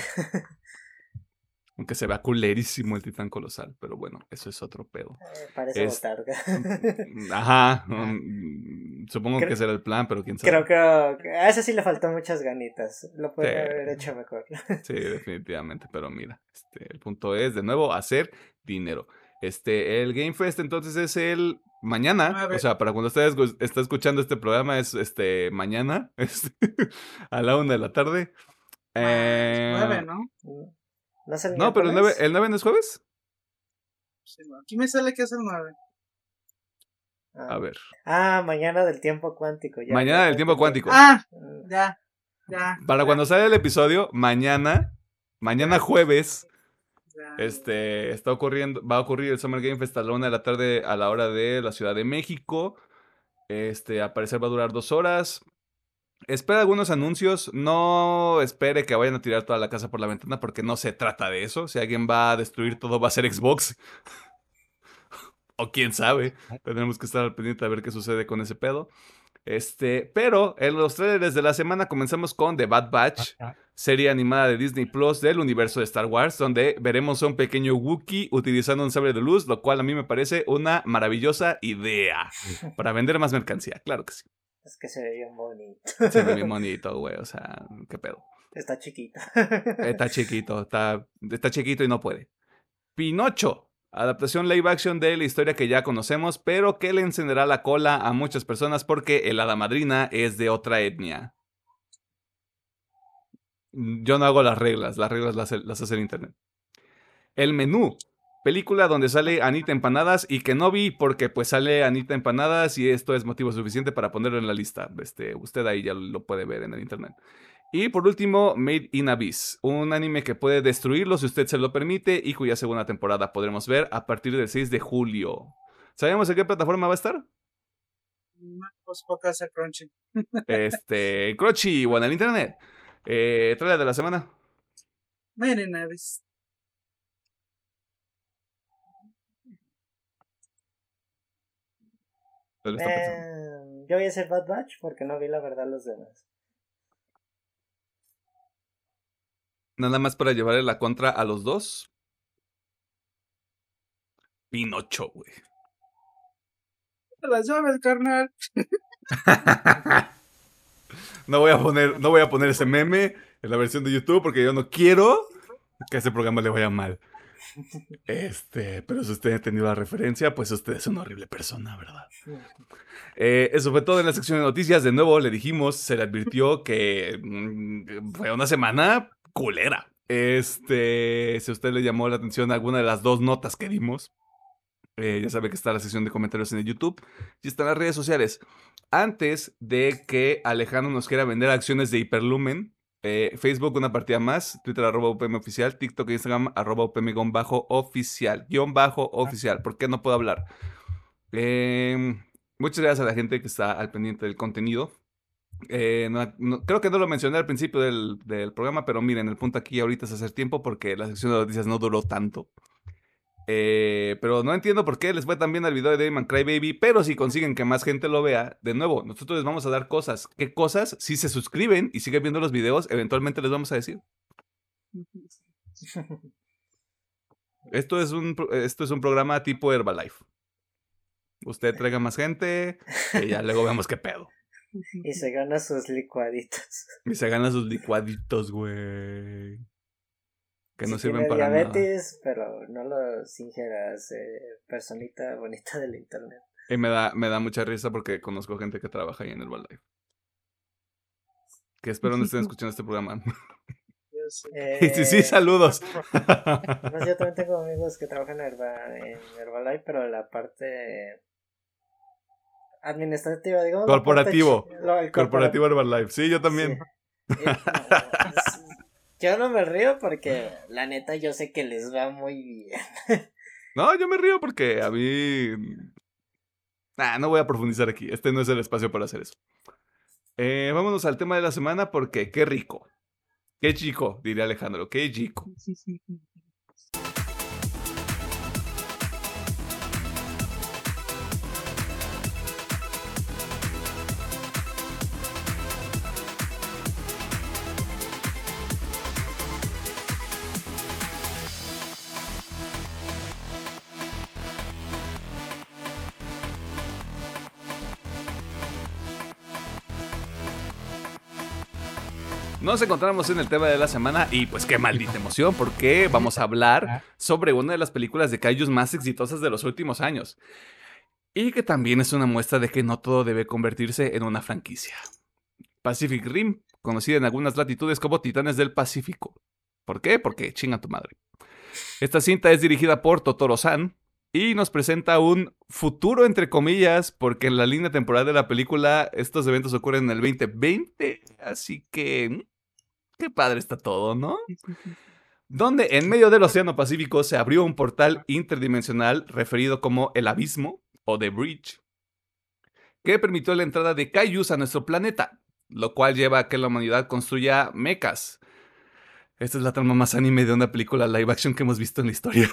Aunque se vea culerísimo el titán colosal, pero bueno, eso es otro pedo. Eh, parece Es... botarga. Ajá, um, supongo creo, que ese era el plan, pero quién sabe. Creo que a ese sí le faltó muchas ganitas. Lo puede sí. haber hecho mejor. Sí, definitivamente, pero mira, este, el punto es, de nuevo, hacer dinero. Este, el Game Fest entonces es el mañana, o sea, para cuando ustedes está escuchando este programa es este mañana, este, a la una de la tarde. Eh, nueve, ¿no? No, es el no pero el nueve, ¿el nueve no es jueves? Sí, aquí me sale que es el nueve. Ah. A ver. Ah, mañana del tiempo cuántico. Ya, mañana ya, del tiempo cuántico. Ah, ya, ya. Para ya. cuando sale el episodio, mañana, mañana ya. jueves, ya. este, está ocurriendo, va a ocurrir el Summer Game Fest a la una de la tarde a la hora de la Ciudad de México. Este, a parecer va a durar dos horas. Espera algunos anuncios, no espere que vayan a tirar toda la casa por la ventana porque no se trata de eso. Si alguien va a destruir todo va a ser Xbox. O quién sabe, tenemos que estar al pendiente a ver qué sucede con ese pedo. Este, pero en los trailers de la semana comenzamos con The Bad Batch, serie animada de Disney Plus del universo de Star Wars, donde veremos a un pequeño Wookiee utilizando un sable de luz, lo cual a mí me parece una maravillosa idea para vender más mercancía, claro que sí. Es que se ve bien bonito. Se ve bien bonito, güey, o sea, qué pedo. Está chiquito. Está chiquito, está, está chiquito y no puede. Pinocho, adaptación live action de la historia que ya conocemos, pero que le encenderá la cola a muchas personas porque el hada madrina es de otra etnia. Yo no hago las reglas, las reglas las, las hace el internet. El Menú, película donde sale Anita Empanadas y que no vi porque pues sale Anita Empanadas y esto es motivo suficiente para ponerlo en la lista. Este, usted ahí ya lo puede ver en el internet. Y por último, Made in Abyss, un anime que puede destruirlo si usted se lo permite y cuya segunda temporada podremos ver a partir del seis de julio. ¿Sabemos en qué plataforma va a estar? Pues pocas a Crunchy. Este, Crunchy o en el internet. Eh, trailer de la semana. Made in Abyss. Eh, yo voy a hacer Bad Batch porque no vi la verdad los demás. Nada más para llevarle la contra a los dos. Pinocho, güey. Te las llaves, carnal. No voy a poner, no voy a poner ese meme en la versión de YouTube porque yo no quiero que a ese programa le vaya mal. Este, pero si usted ha tenido la referencia, pues usted es una horrible persona, ¿verdad? Eh, eso fue todo en la sección de noticias. De nuevo, le dijimos, se le advirtió que mmm, fue una semana culera. Este, si a usted le llamó la atención alguna de las dos notas que dimos, eh, ya sabe que está la sección de comentarios en el YouTube y están las redes sociales. Antes de que Alejandro nos quiera vender acciones de Hiperlumen, eh, Facebook una partida más, Twitter arroba U P M oficial, TikTok e Instagram arroba U P M guión bajo oficial, guión bajo oficial. ¿Por qué no puedo hablar? Eh, muchas gracias a la gente que está al pendiente del contenido. Eh, no, no, creo que no lo mencioné al principio del, del programa, pero miren, el punto aquí ahorita es hacer tiempo porque la sección de noticias no duró tanto. Eh, pero no entiendo por qué les fue tan bien al video de Devil May Cry Baby, pero si consiguen que más gente lo vea, de nuevo, nosotros les vamos a dar cosas. ¿Qué cosas? Si se suscriben y siguen viendo los videos, eventualmente les vamos a decir. Esto es un, esto es un programa tipo Herbalife. Usted traiga más gente y ya luego vemos qué pedo. Y se gana sus licuaditos. Y se gana sus licuaditos, güey. Que si no sirven tiene para diabetes, nada. Pero no los ingieras, eh, personita bonita del internet. Y me da, me da mucha risa porque conozco gente que trabaja ahí en Herbalife. Que espero no estén escuchando este programa. Eh, sí, sí, saludos. No, yo también tengo amigos que trabajan en, Herba, en Herbalife, pero la parte administrativa, digamos. Corporativo. Parte, lo, el corporativo Herbalife. Sí, yo también. Sí. Eh, no, yo no me río porque la neta yo sé que les va muy bien. No, yo me río porque a mí... Ah, no voy a profundizar aquí. Este no es el espacio para hacer eso. Eh, vámonos al tema de la semana porque qué rico. Qué chico, diría Alejandro. Qué chico. Sí, sí, sí. Nos encontramos en el tema de la semana y pues qué maldita emoción porque vamos a hablar sobre una de las películas de kaijus más exitosas de los últimos años. Y que también es una muestra de que no todo debe convertirse en una franquicia. Pacific Rim, conocida en algunas latitudes como Titanes del Pacífico. ¿Por qué? Porque chinga tu madre. Esta cinta es dirigida por Totoro-san y nos presenta un futuro entre comillas porque en la línea temporal de la película estos eventos ocurren en el veinte veinte, así que qué padre está todo, ¿no? Donde en medio del Océano Pacífico se abrió un portal interdimensional referido como el Abismo o The Bridge, que permitió la entrada de kaijus a nuestro planeta, lo cual lleva a que la humanidad construya mechas. Esta es la trama más anime de una película live action que hemos visto en la historia.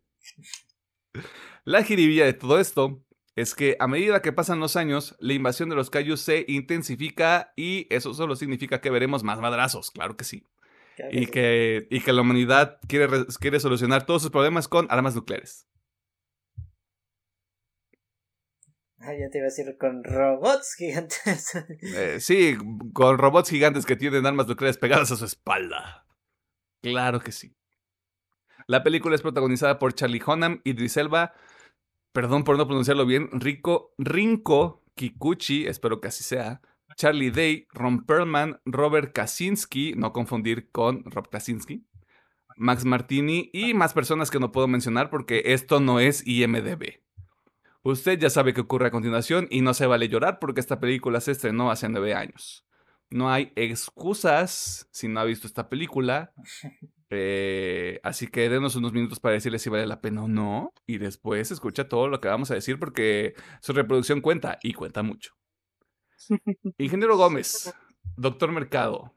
La jiribilla de todo esto es que a medida que pasan los años, la invasión de los kaijus se intensifica y eso solo significa que veremos más madrazos, claro que sí. Claro que y, sí. Que, y que la humanidad quiere, quiere solucionar todos sus problemas con armas nucleares. Ah, ya te iba a decir con robots gigantes. Eh, sí, con robots gigantes que tienen armas nucleares pegadas a su espalda. Claro que sí. La película es protagonizada por Charlie Hunnam, Idris Elba, perdón por no pronunciarlo bien, Rico, Rinko Kikuchi, espero que así sea, Charlie Day, Ron Perlman, Robert Kaczynski, no confundir con Rob Kaczynski, Max Martini y más personas que no puedo mencionar porque esto no es I M D B. Usted ya sabe qué ocurre a continuación y no se vale llorar porque esta película se estrenó hace nueve años. No hay excusas si no ha visto esta película. Eh, así que denos unos minutos para decirle si vale la pena o no. Y después escucha todo lo que vamos a decir porque su reproducción cuenta y cuenta mucho. Ingeniero Gómez, Doctor Mercado.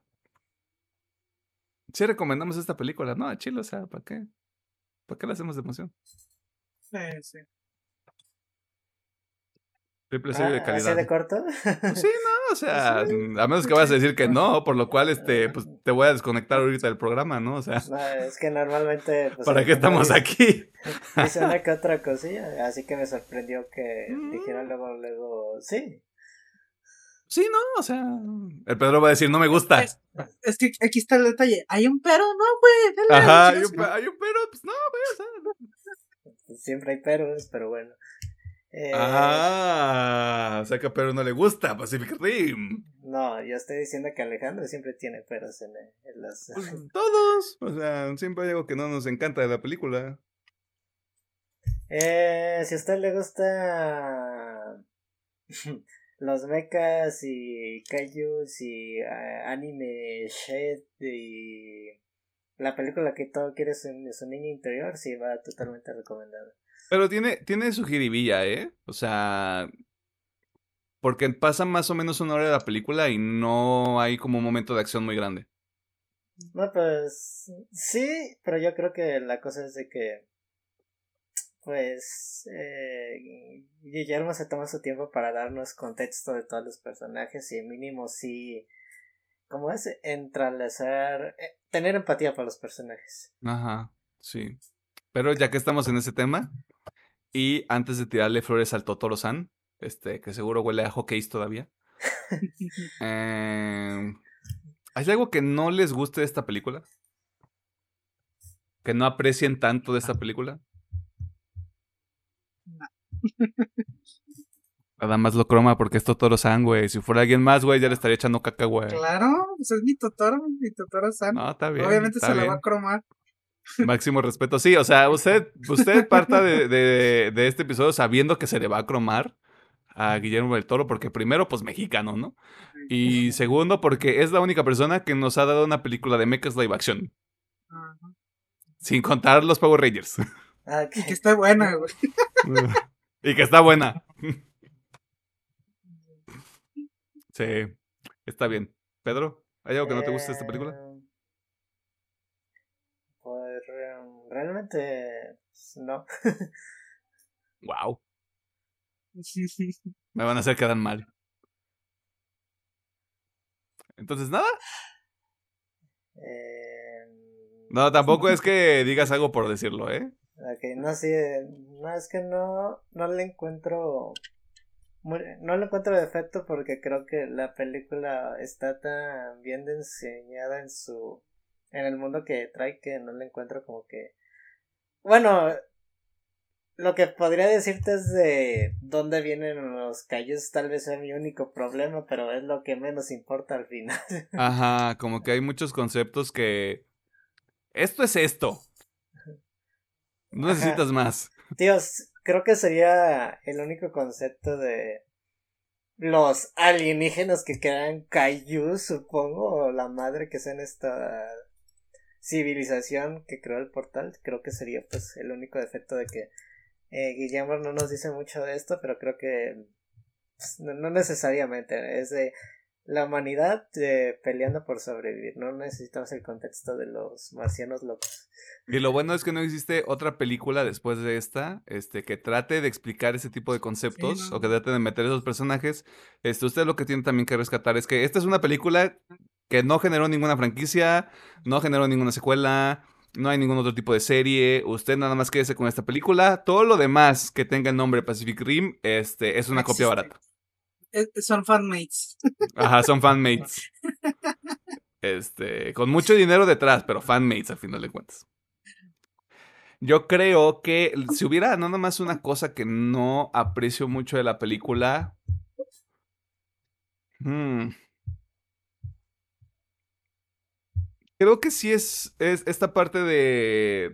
Sí recomendamos esta película, ¿no? A Chile, o sea, ¿para qué? ¿Para qué la hacemos de emoción? Sí, sí. Triple sello de Ah, ¿así calidad. de corto? Pues sí, no, o sea, a menos que vayas a decir que no, por lo cual este, pues te voy a desconectar ahorita del programa, ¿no? O sea, No, es que normalmente pues, ¿para el qué estamos dice- aquí? dice una que otra cosilla, así que me sorprendió que Mm. dijera luego, luego, sí. Sí, no, o sea, el Pedro va a decir, no me gusta. Es, es que aquí está el detalle. Hay un pero, no, güey. dale, Ajá, hay chingas, un, ¿no? pe- hay un pero, pues no, güey, o sea. Pues, siempre hay peros, pero bueno. Eh, Ajá, o sea que a Pedro no le gusta Pacific Rim. No, yo estoy diciendo que Alejandro siempre tiene peros en, en los... Pues todos, o sea, siempre hay algo que no nos encanta de la película. Eh, si a usted le gusta los mechas y kaijus y uh, anime shit y la película que todo quiere su, su niño interior, sí va totalmente recomendada. Pero tiene, tiene su jiribilla, ¿eh? O sea, porque pasa más o menos una hora de la película y no hay como un momento de acción muy grande. No, pues sí, pero yo creo que la cosa es de que pues eh, Guillermo se toma su tiempo para darnos contexto de todos los personajes y mínimo sí, como es entrelazar, eh, tener empatía por los personajes. Ajá, sí. Pero ya que estamos en ese tema, y antes de tirarle flores al Totoro-san, este, que seguro huele a hotcakes todavía, eh, ¿hay algo que no les guste de esta película? ¿Que no aprecien tanto de esta película? Nada más lo croma porque es Totoro-san, güey. Si fuera alguien más, güey, ya le estaría echando caca, güey. Claro, pues es mi Totoro, mi Totoro-san. No, está bien. Obviamente está se bien. la va a cromar. Máximo respeto. Sí, o sea, usted, usted parta de, de, de este episodio sabiendo que se le va a cromar a Guillermo del Toro, porque primero, pues mexicano, ¿no? Y segundo, porque es la única persona que nos ha dado una película de mechas live action. Ajá. Sin contar los Power Rangers. Ah, Y que okay. está buena, güey. Y que está buena. Sí, está bien. Pedro, ¿hay algo que no te guste de esta película? Eh, Pues um, realmente pues, no. Wow. Me van a hacer quedar mal. Entonces, nada. Eh, No, tampoco es que digas algo por decirlo, ¿eh? ok, no sé, no es que no, no le encuentro, muy- no le encuentro defecto porque creo que la película está tan bien diseñada en su, en el mundo que trae que no le encuentro como que, bueno, lo que podría decirte es de dónde vienen los callos, tal vez sea mi único problema, pero es lo que menos importa al final. Ajá, como que hay muchos conceptos que... Esto es esto. No Ajá. necesitas más. Tíos, creo que sería el único concepto de los alienígenas que crean kaiju, supongo, o la madre que sea en esta civilización que creó el portal. Creo que sería pues el único defecto de que eh, Guillermo no nos dice mucho de esto, pero creo que pues, no, no necesariamente, es de la humanidad eh, peleando por sobrevivir. No necesitamos el contexto de los marcianos locos. Y lo bueno es que no existe otra película después de esta, este, que trate de explicar ese tipo de conceptos, Sí, no. o que trate de meter esos personajes. Este, usted lo que tiene también que rescatar es que esta es una película que no generó ninguna franquicia, no generó ninguna secuela, no hay ningún otro tipo de serie, usted nada más quédese con esta película, todo lo demás que tenga el nombre Pacific Rim, este, es No una copia existe. barata. Es- son fanmates. Ajá, son fanmates. Este, con mucho dinero detrás, pero fanmates al final de cuentas. Yo creo que si hubiera nada más una cosa que no aprecio mucho de la película. hmm, creo que sí es, es esta parte de.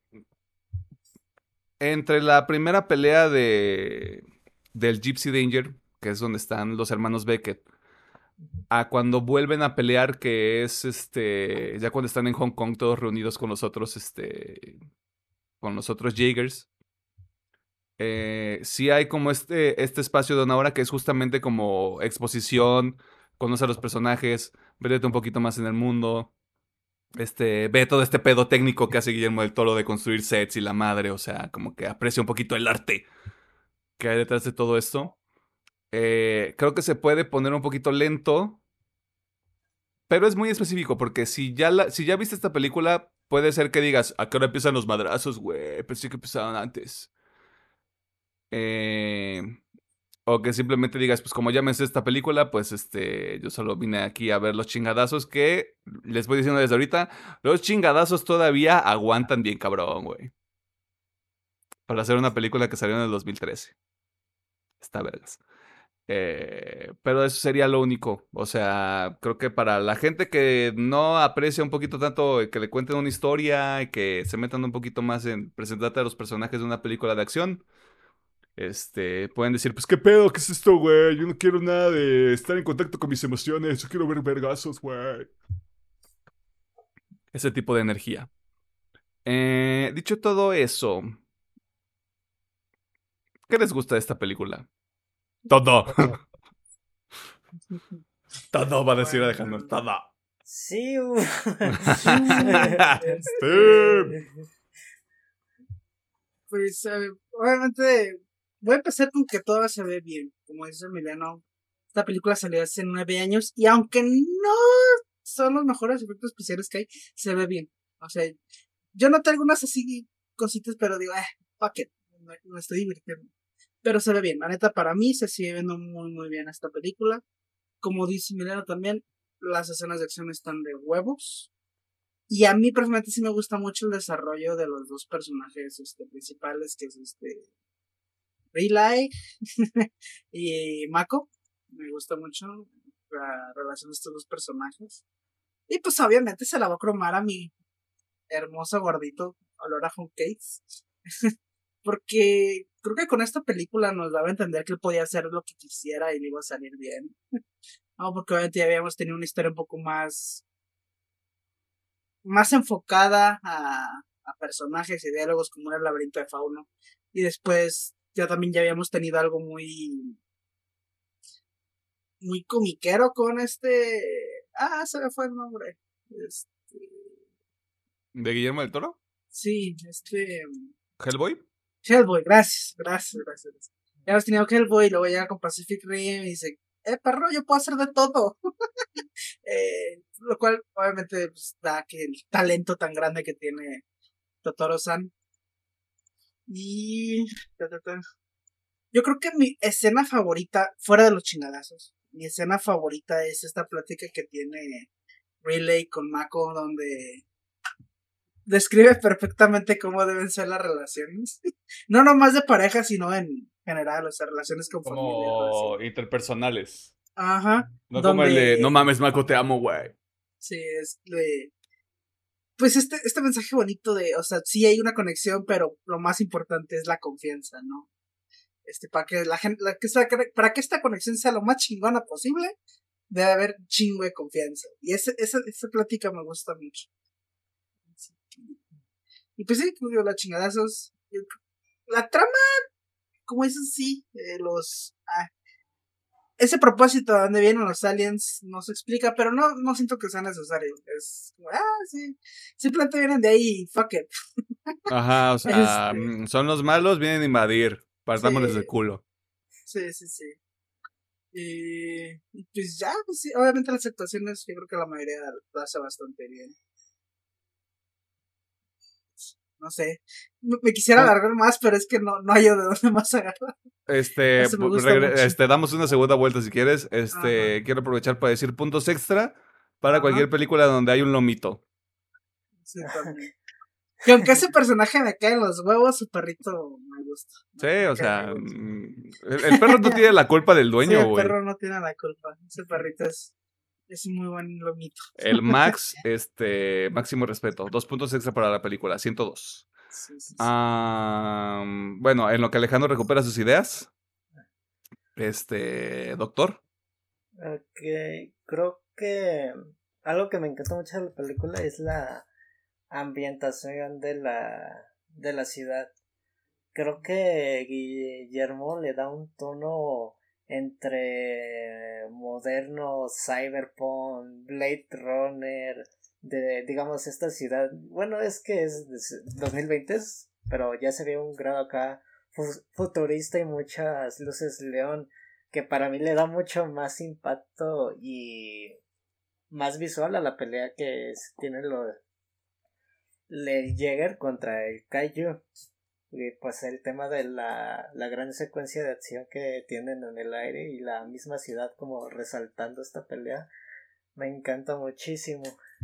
Entre la primera pelea de. Del Gypsy Danger, que es donde están los hermanos Beckett, a cuando vuelven a pelear, que es este. Ya cuando están en Hong Kong todos reunidos con los otros, este. Con los otros Jaegers. Eh, sí hay como este, este espacio de una hora que es justamente como exposición, conoce a los personajes, védete un poquito más en el mundo, este, ve todo este pedo técnico que hace Guillermo del Toro de construir sets y la madre, o sea, como que aprecia un poquito el arte que hay detrás de todo esto. Eh, creo que se puede poner un poquito lento, pero es muy específico, porque si ya, la, si ya viste esta película, puede ser que digas, ¿a qué hora empiezan los madrazos, güey? Pensé que empezaban antes. Eh, O que simplemente digas, pues como ya me sé esta película, pues este, yo solo vine aquí a ver los chingadazos que, les voy diciendo desde ahorita, los chingadazos todavía aguantan bien cabrón, güey. Para hacer una película que salió en el dos mil trece. Está vergas. Eh, pero eso sería lo único. O sea, creo que para la gente que no aprecia un poquito tanto que le cuenten una historia y que se metan un poquito más en presentarte a los personajes de una película de acción, Este, pueden decir, pues qué pedo, ¿qué es esto, güey? Yo no quiero nada de estar en contacto con mis emociones, yo quiero ver vergazos, güey. Ese tipo de energía. Eh, dicho todo eso, ¿qué les gusta de esta película? Todo. Todo va a decir Alejandro, Bueno, todo. Sí. uh. sí, Sí. este, pues eh, obviamente voy a empezar con que todo se ve bien, como dice Emiliano. Esta película salió hace nueve años y aunque no son los mejores efectos especiales que hay, se ve bien. O sea, yo noté algunas así cositas, pero digo, eh, fuck it, me, me estoy divirtiendo. Pero se ve bien, la neta para mí se sigue viendo muy muy bien esta película. Como dice Emiliano también, las escenas de acción están de huevos. Y a mí personalmente sí me gusta mucho el desarrollo de los dos personajes este, principales, que es este Relay y Mako. Me gusta mucho la relación de estos dos personajes. Y pues obviamente se la va a cromar a mi hermoso gordito olor a home cakes. Porque creo que con esta película nos daba a entender que él podía hacer lo que quisiera y le iba a salir bien. No, porque obviamente ya habíamos tenido una historia un poco más más enfocada a, a personajes y diálogos como era el laberinto de Fauno. Y después ya también ya habíamos tenido algo muy muy comiquero con este ah se me fue el nombre este ¿De Guillermo del Toro? sí este ¿Hellboy? Hellboy, gracias gracias gracias, gracias. Ya hemos tenido Hellboy, luego llega con Pacific Rim y dice eh perro yo puedo hacer de todo. eh, lo cual obviamente pues, da que el talento tan grande que tiene Totoro-san. Y yo creo que mi escena favorita, fuera de los chingadazos, mi escena favorita es esta plática que tiene Relay con Mako, donde describe perfectamente cómo deben ser las relaciones. No nomás de pareja, sino en general, o sea, relaciones con familia, Como relaciones. interpersonales. Ajá, No como el de, no donde mames, Mako, te amo, güey. sí, es de pues este, este mensaje bonito de, o sea, sí hay una conexión, pero lo más importante es la confianza, ¿no? Este, para que la gente, la, que esta, para que esta conexión sea lo más chingona posible, debe haber chingo de confianza. Y ese, esa, esa plática me gusta mucho. Y pues sí, como digo, la chingadazos. La trama, como dices, sí, eh, los... Ah, ese propósito de dónde vienen los aliens no se explica, pero no, no siento que sea necesario. Es como, ah, sí, simplemente vienen de ahí, fuck it. Ajá, o sea, Este, mm, son los malos, vienen a invadir. sí, Partámosles de culo. sí, sí, sí. Y, y pues ya, pues sí, obviamente las actuaciones, yo creo que la mayoría lo hace bastante bien. no sé. Me, me quisiera alargar más, pero es que no, no hay de dónde más agarrar. Este, regre- este, damos una segunda vuelta si quieres. Este, Ajá. Quiero aprovechar para decir puntos extra para Ajá. cualquier película donde hay un lomito. Sí, también. Que aunque ese personaje me cae en los huevos, su perrito me gusta. Sí, me o sea, el, el perro no tiene la culpa del dueño, güey. Sí, el perro no tiene la culpa. Ese perrito es, es un muy buen lomito. El Max, este, máximo respeto. Dos puntos extra para la película, ciento dos. Sí, sí, sí. Ah, bueno, en lo que Alejandro recupera sus ideas, este, doctor. Ok, creo que algo que me encanta mucho de la película es la ambientación de la, de la ciudad. Creo que Guillermo le da un tono entre moderno, cyberpunk, Blade Runner, de, digamos, esta ciudad. Bueno, es que es dos mil veinte, pero ya se ve un grado acá futurista y muchas luces neón, que para mí le da mucho más impacto y más visual a la pelea que es, tiene los el Jäger contra el Kaiju. Y pues el tema de la, la gran secuencia de acción que tienen en el aire y la misma ciudad como resaltando esta pelea me encanta muchísimo.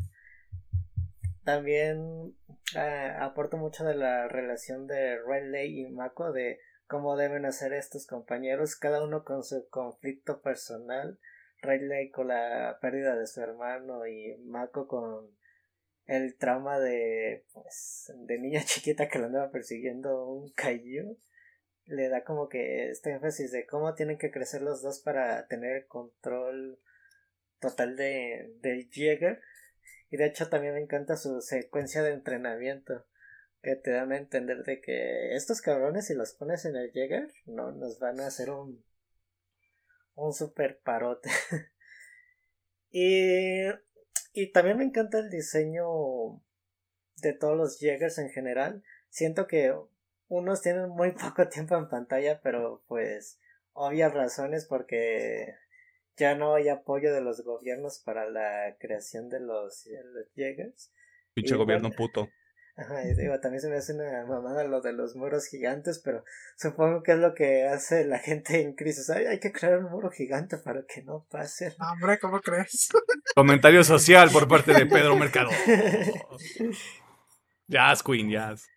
También eh, aporto mucho de la relación de Riley y Mako, de cómo deben hacer estos compañeros, cada uno con su conflicto personal. Riley con la pérdida de su hermano y Mako con el trauma de, pues, de niña chiquita que lo andaba persiguiendo un kaiju. Le da como que este énfasis de cómo tienen que crecer los dos para tener control total de del Jäger. Y de hecho también me encanta su secuencia de entrenamiento, que te dan a entender de que estos cabrones, si los pones en el Jäger, no nos van a hacer un un super parote. y Y también me encanta el diseño de todos los Jägers en general. Siento que unos tienen muy poco tiempo en pantalla, pero pues obvias razones, porque ya no hay apoyo de los gobiernos para la creación de los, los Jägers. Pinche gobierno puto. Ajá, y digo, también se me hace una mamada lo de los muros gigantes, pero supongo que es lo que hace la gente en crisis. Ay, hay que crear un muro gigante para que no pase. No, hombre, ¿cómo crees? Comentario social por parte de Pedro Mercado. Jazz, Queen, jazz.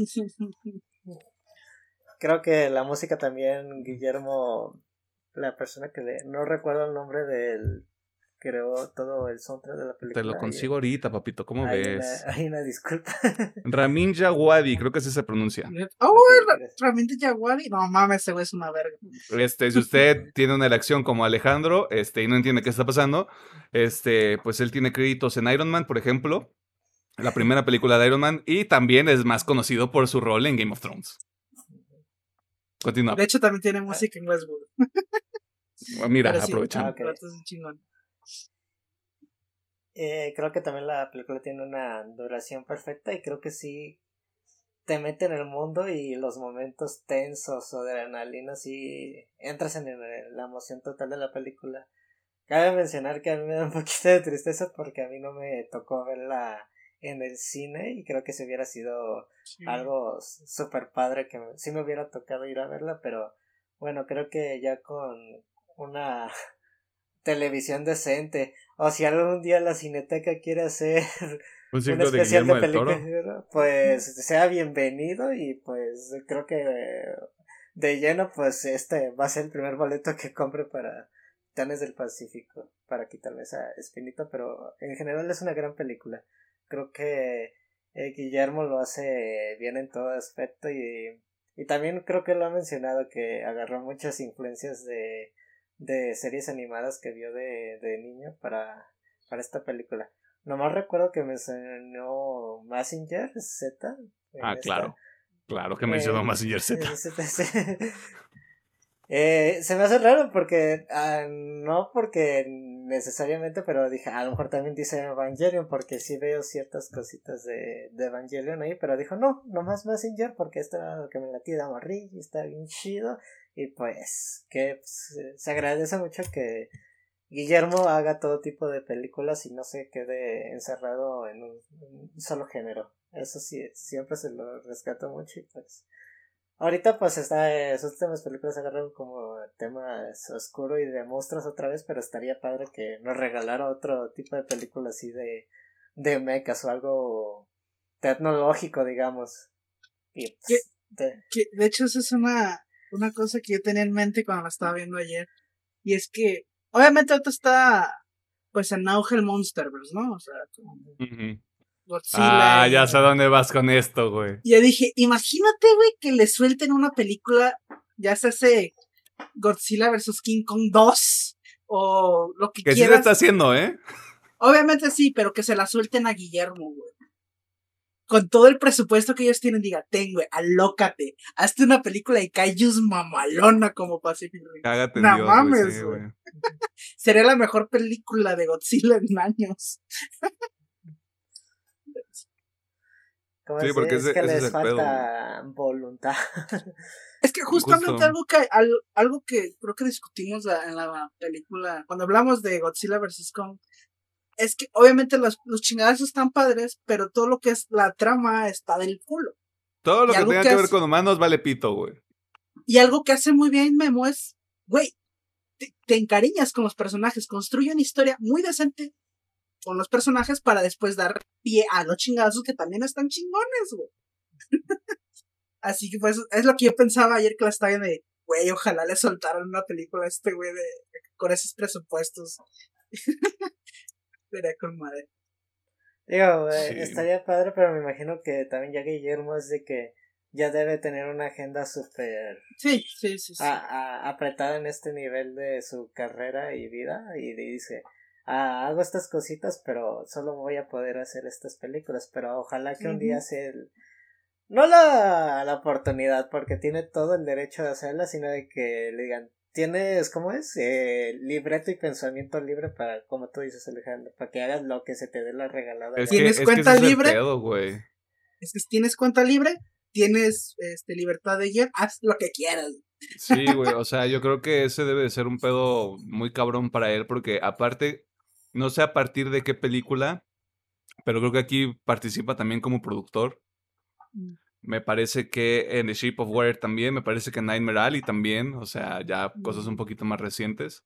Creo que la música también, Guillermo, la persona que le... No recuerdo el nombre del... creó todo el soundtrack de la película. Te lo consigo y, ahorita, papito, ¿cómo hay ves? Una, hay una disculpa. Ramin Djawadi, creo que así se pronuncia. Oh, okay, Ramin Djawadi. No mames, ese güey es una verga. Este, si usted tiene una elección como Alejandro, este, y no entiende qué está pasando, este, pues él tiene créditos en Iron Man, por ejemplo, la primera película de Iron Man, y también es más conocido por su rol en Game of Thrones. Continúa. De hecho, también tiene música en Westworld. Mira, sí, aprovechando. Ah, okay. Eh, creo que también la película tiene una duración perfecta y creo que sí te mete en el mundo y los momentos tensos o de adrenalina sí entras en el, la emoción total de la película. Cabe mencionar que a mí me da un poquito de tristeza porque a mí no me tocó verla en el cine y creo que si hubiera sido sí. algo súper padre que me, sí me hubiera tocado ir a verla, pero bueno, creo que ya con una televisión decente, o si algún día la Cineteca quiere hacer un, un especial de, de película, pues sea bienvenido y pues creo que de lleno pues este va a ser el primer boleto que compre para Titanes del Pacífico, para quitarme esa espinita, pero en general es una gran película. Creo que eh, Guillermo lo hace bien en todo aspecto y, y también creo que lo ha mencionado que agarró muchas influencias de de series animadas que vio de, de niño para, para esta película. Nomás recuerdo que mencionó Mazinger Z. Ah, esta. claro. Claro que mencionó eh, Mazinger Z. eh, se me hace raro porque, uh, no porque necesariamente, pero dije, a lo mejor también dice Evangelion porque sí veo ciertas cositas de, de Evangelion ahí, pero dijo, no, nomás Mazinger porque esto era lo que me latía de morrillo y está bien chido. Y pues que pues, se agradece mucho que Guillermo haga todo tipo de películas y no se quede encerrado en un, un solo género. Eso sí, siempre se lo rescato mucho y pues... Ahorita pues está, esas últimas películas agarran como temas oscuro y de monstruos otra vez, pero estaría padre que nos regalara otro tipo de película así de, de mechas o algo tecnológico, digamos. Y, Que, pues, de... que, de hecho, esa es una, una cosa que yo tenía en mente cuando la estaba viendo ayer. Y es que, obviamente, ahorita está, pues, en auge el Monsterverse, ¿no? O sea, como Uh-huh. Godzilla Ah, y... ya sé a dónde vas con esto, güey. Y yo dije, imagínate, güey, que le suelten una película, ya se hace Godzilla versus King Kong dos, o lo que Que sí quieras. se está haciendo, ¿eh? Obviamente sí, pero que se la suelten a Guillermo, güey. Con todo el presupuesto que ellos tienen, diga, ten, güey, alócate, hazte una película de kaijus mamalona como Pacific Rim. Cágate en No Dios, güey, mames, sí, güey. güey. Sería la mejor película de Godzilla en años. ¿Cómo Sí, decir? porque Es ese, que ese es les el pedo, güey. falta voluntad. Es que justamente Justo. algo que al- algo que creo que discutimos la- en la película, cuando hablamos de Godzilla versus Kong, es que obviamente los, los chingadazos están padres, pero todo lo que es la trama está del culo. Todo lo Y que algo tenga que que ver hace, con humanos vale pito, güey. y algo que hace muy bien Memo es, güey, te, te encariñas con los personajes, construye una historia muy decente con los personajes para después dar pie a los chingazos que también están chingones, güey. Así que pues es lo que yo pensaba ayer que la estaba viendo de, güey, ojalá le soltaran una película a este güey de, con esos presupuestos. Sería con madre. Digo, Sí. eh, estaría padre, pero me imagino que también ya Guillermo es de que ya debe tener una agenda súper Sí, sí, sí, sí. a- a- apretada en este nivel de su carrera y vida y dice, ah, hago estas cositas, pero solo voy a poder hacer estas películas, pero ojalá que un día Ujú. sea el... No la, la oportunidad, porque tiene todo el derecho de hacerla, sino de que le digan, tienes, ¿cómo es? Eh, libreto y pensamiento libre para, como tú dices, Alejandro, para que hagas lo que se te dé la regalada. Es gana. que, ¿Tienes es que cuenta ese es el libre? pedo, güey. Es que tienes cuenta libre, tienes este libertad de guión, haz lo que quieras. Sí, güey, o sea, yo creo que ese debe de ser un pedo muy cabrón para él, porque aparte, no sé a partir de qué película, pero creo que aquí participa también como productor. Mm. Me parece que en The Shape of Water también, me parece que en Nightmare Alley también, o sea, ya cosas un poquito más recientes.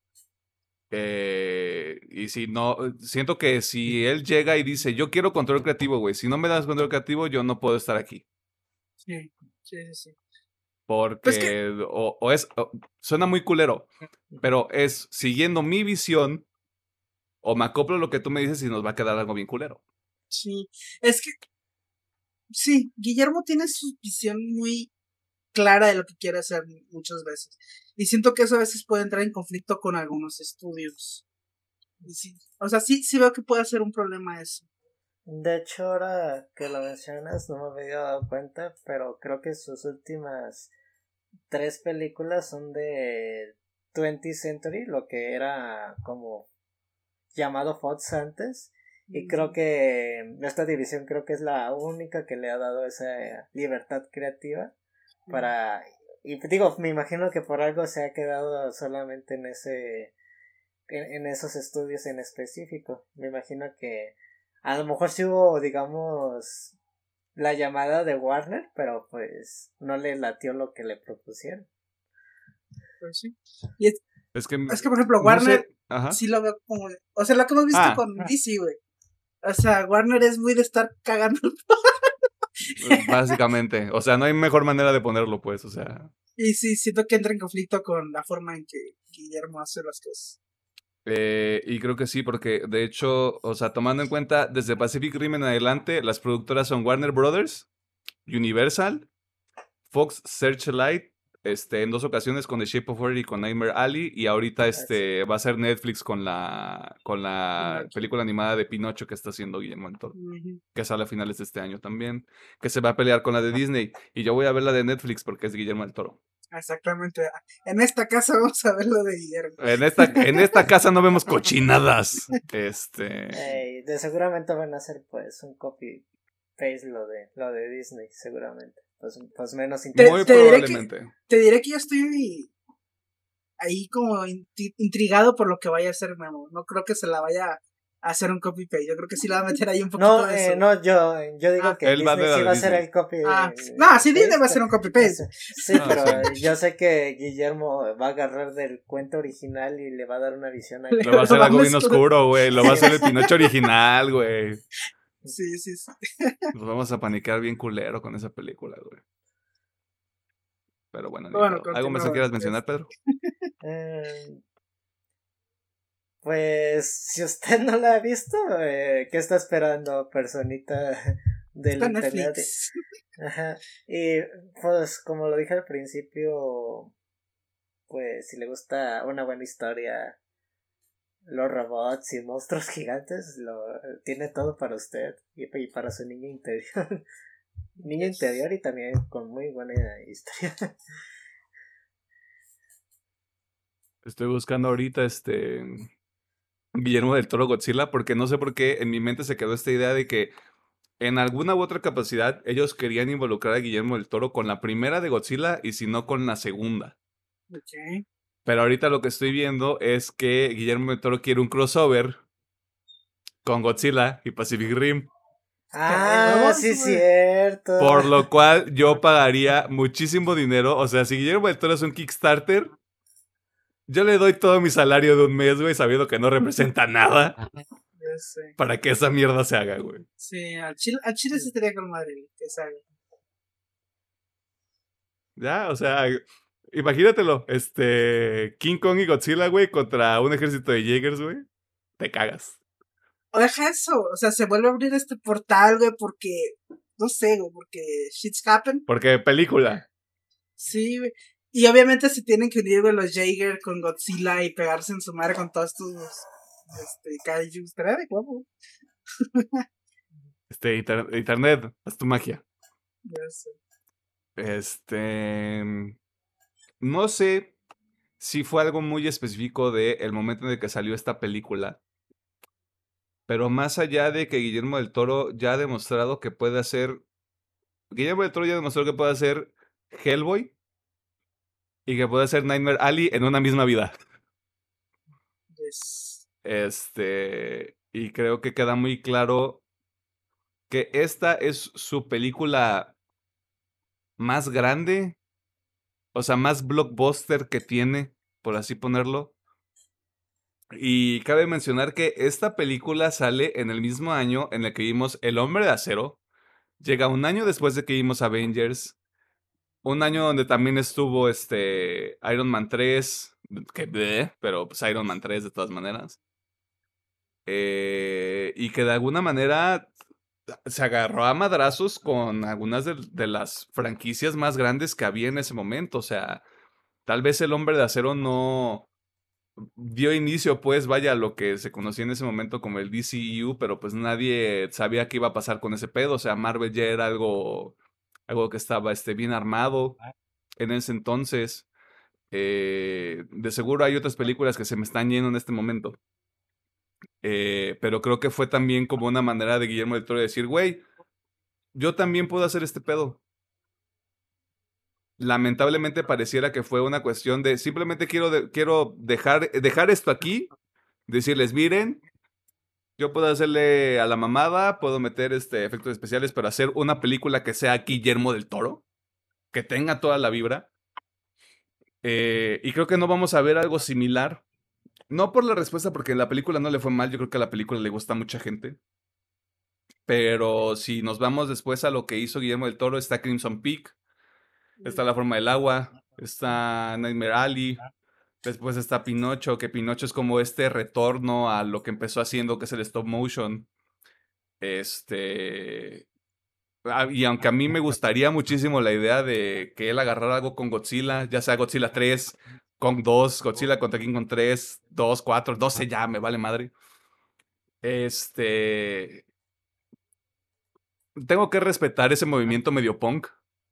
Eh, y si no, siento que si él llega y dice, yo quiero control creativo, güey, si no me das control creativo, yo no puedo estar aquí. Sí, sí, sí, sí. Pues que, Porque o, o es, o- suena muy culero, pero es siguiendo mi visión o me acoplo a lo que tú me dices y nos va a quedar algo bien culero. sí, es que, sí, Guillermo tiene su visión muy clara de lo que quiere hacer muchas veces. Y siento que eso a veces puede entrar en conflicto con algunos estudios. Y sí, o sea, sí, sí veo que puede ser un problema eso. De hecho, ahora que lo mencionas, no me había dado cuenta, pero creo que sus últimas tres películas son de twentieth Century, lo que era como llamado Fox antes. Y creo que esta división creo que es la única que le ha dado esa libertad creativa para... Y digo, me imagino que por algo se ha quedado solamente en ese... En, en esos estudios en específico. Me imagino que a lo mejor sí hubo, digamos, la llamada de Warner, pero pues no le latió lo que le propusieron. Pues sí. Y es, Es que, es que por ejemplo, no Warner sé, ajá. sí lo veo como. O sea, lo que hemos visto Ah, con D C, güey. O sea, Warner es muy de estar cagando. básicamente, o sea, no hay mejor manera de ponerlo, pues, o sea. Y sí, siento que entra en conflicto con la forma en que Guillermo hace las cosas. Eh, y creo que sí, porque de hecho, o sea, tomando en cuenta desde Pacific Rim en adelante, las productoras son Warner Brothers, Universal, Fox Searchlight, este, en dos ocasiones con The Shape of Water y con Nightmare Alley, y ahorita este va a ser Netflix con la con la Pinocho. película animada de Pinocho que está haciendo Guillermo del Toro, Ujú. que sale a finales de este año también, que se va a pelear con la de Disney, y yo voy a ver la de Netflix porque es Guillermo del Toro. Exactamente. En esta casa vamos a ver lo de Guillermo. En esta, en esta casa no vemos cochinadas. Este. Ey, de seguramente van a hacer pues un copy paste lo de lo de Disney, seguramente. Pues, pues menos Te, interesante. Muy te diré que, probablemente. te diré que yo estoy ahí como inti- intrigado por lo que vaya a hacer Memo. No creo que se la vaya hacer un copy paste. Yo creo que sí le va a meter ahí un poquito No, de eh, eso. no, yo, yo digo Ah. que Él va Disney de la sí de va a hacer Disney. el copy. Ah, no, sí, Disney va a hacer un copy paste. Sí, Ah, pero sí. yo sé que Guillermo va a agarrar del cuento original y le va a dar una visión a Le- Lo va a hacer Lo va a algo bien mezclar. oscuro, güey. Lo va a hacer el Pinocho original, güey. Sí, sí, sí. Nos vamos a panicar bien culero con esa película, güey. Pero bueno, ni Bueno, pedo. ¿Algo más que continúa. quieras mencionar, Pedro? Eh, Pues, si usted no la ha visto, eh, ¿qué está esperando, personita del Está en internet? Netflix. Ajá. Y pues, como lo dije al principio, pues, si le gusta una buena historia, los robots y monstruos gigantes, lo tiene todo para usted y, y para su niño interior. Niño interior y también con muy buena historia. Estoy buscando ahorita este Guillermo del Toro Godzilla porque no sé por qué en mi mente se quedó esta idea de que en alguna u otra capacidad ellos querían involucrar a Guillermo del Toro con la primera de Godzilla y si no con la segunda. Ok. Pero ahorita lo que estoy viendo es que Guillermo del Toro quiere un crossover con Godzilla y Pacific Rim. Ah, huevos, sí, güey. cierto. Por lo cual yo pagaría muchísimo dinero. O sea, si Guillermo del Toro es un Kickstarter, yo le doy todo mi salario de un mes, güey, sabiendo que no representa nada Ya sé. para que esa mierda se haga, güey. Sí, al chile, al chile sí estaría con madre que salga. Ya, o sea, imagínatelo. Este, King Kong y Godzilla, güey, contra un ejército de Jaegers, güey. Te cagas. O deja eso, o sea, se vuelve a abrir este portal, güey, porque, no sé, güey, porque shit's happen. Porque película. Sí, güey. Y obviamente se tienen que unir, güey, los Jaeger con Godzilla y pegarse en su madre con todos estos, este, kaijus. Estaría de huevo. Este, inter- internet, haz tu magia. Ya sé. Este, no sé si fue algo muy específico del momento en el que salió esta película. Pero más allá de que Guillermo del Toro ya ha demostrado que puede hacer. Guillermo del Toro ya demostró que puede hacer Hellboy y que puede hacer Nightmare Alley en una misma vida. Yes. Este. Y creo que queda muy claro que esta es su película más grande. O sea, más blockbuster que tiene, por así ponerlo. Y cabe mencionar que esta película sale en el mismo año en el que vimos El Hombre de Acero. Llega un año después de que vimos Avengers. Un año donde también estuvo este Iron Man tres. Que bleh, pero pues Iron Man tres de todas maneras. Eh, y que de alguna manera se agarró a madrazos con algunas de, de las franquicias más grandes que había en ese momento. O sea, tal vez El Hombre de Acero no dio inicio, pues, vaya, a lo que se conocía en ese momento como el D C E U, pero pues nadie sabía qué iba a pasar con ese pedo. O sea, Marvel ya era algo, algo que estaba este, bien armado en ese entonces. Eh, de seguro hay otras películas que se me están yendo en este momento. Eh, pero creo que fue también como una manera de Guillermo del Toro de decir, güey, yo también puedo hacer este pedo. Lamentablemente pareciera que fue una cuestión de simplemente quiero, de- quiero dejar, dejar esto aquí, decirles, miren, yo puedo hacerle a la mamada, puedo meter este, efectos especiales, pero hacer una película que sea Guillermo del Toro, que tenga toda la vibra. Eh, y creo que no vamos a ver algo similar. No por la respuesta, porque la película no le fue mal, yo creo que a la película le gusta a mucha gente. Pero si nos vamos después a lo que hizo Guillermo del Toro, está Crimson Peak, está La Forma del Agua, está Nightmare Alley, después está Pinocho, que Pinocho es como este retorno a lo que empezó haciendo, que es el stop motion. Este. ah, Y aunque a mí me gustaría muchísimo la idea de que él agarrara algo con Godzilla, ya sea Godzilla tres, Kong dos, Godzilla contra King Kong tres, dos, cuatro, doce ya, me vale madre. Este. Tengo que respetar ese movimiento medio punk.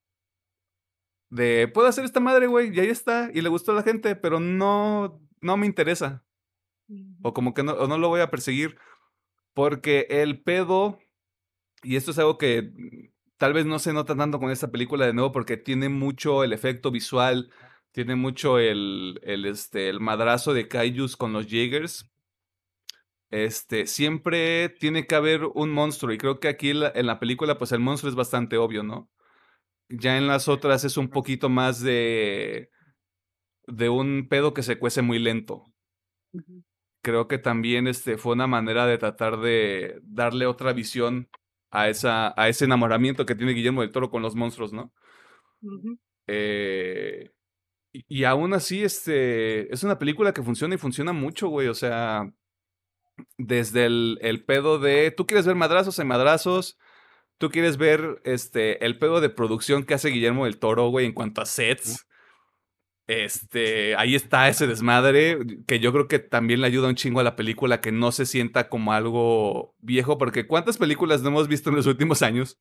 De, puedo hacer esta madre, güey, y ahí está, y le gustó a la gente, pero no, no me interesa. O como que no, o no lo voy a perseguir. Porque el pedo, y esto es algo que mm, tal vez no se nota tanto con esta película de nuevo, porque tiene mucho el efecto visual, tiene mucho el, el, este, el madrazo de Kaijus con los Jaegers. este, siempre tiene que haber un monstruo. Y creo que aquí en la, en la película, pues el monstruo es bastante obvio, ¿no? Ya en las otras es un poquito más de, de un pedo que se cuece muy lento. Ujú. Creo que también este, fue una manera de tratar de darle otra visión a, esa, a ese enamoramiento que tiene Guillermo del Toro con los monstruos, ¿no? Ujú. Eh, y, y aún así, este, es una película que funciona y funciona mucho, güey. O sea, desde el, el pedo de, tú quieres ver madrazos en madrazos, tú quieres ver este, el pedo de producción que hace Guillermo del Toro, güey, en cuanto a sets. Este, ahí está ese desmadre, que yo creo que también le ayuda un chingo a la película que no se sienta como algo viejo, porque ¿cuántas películas no hemos visto en los últimos años?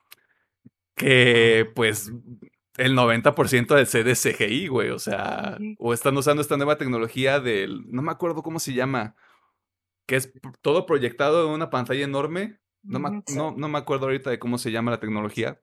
Que, pues, el noventa por ciento del set es C G I, güey, o sea, Ujú. o están usando esta nueva tecnología del, no me acuerdo cómo se llama, que es p- todo proyectado en una pantalla enorme, no me, ac- Ujú. Sí. no, no me acuerdo ahorita de cómo se llama la tecnología,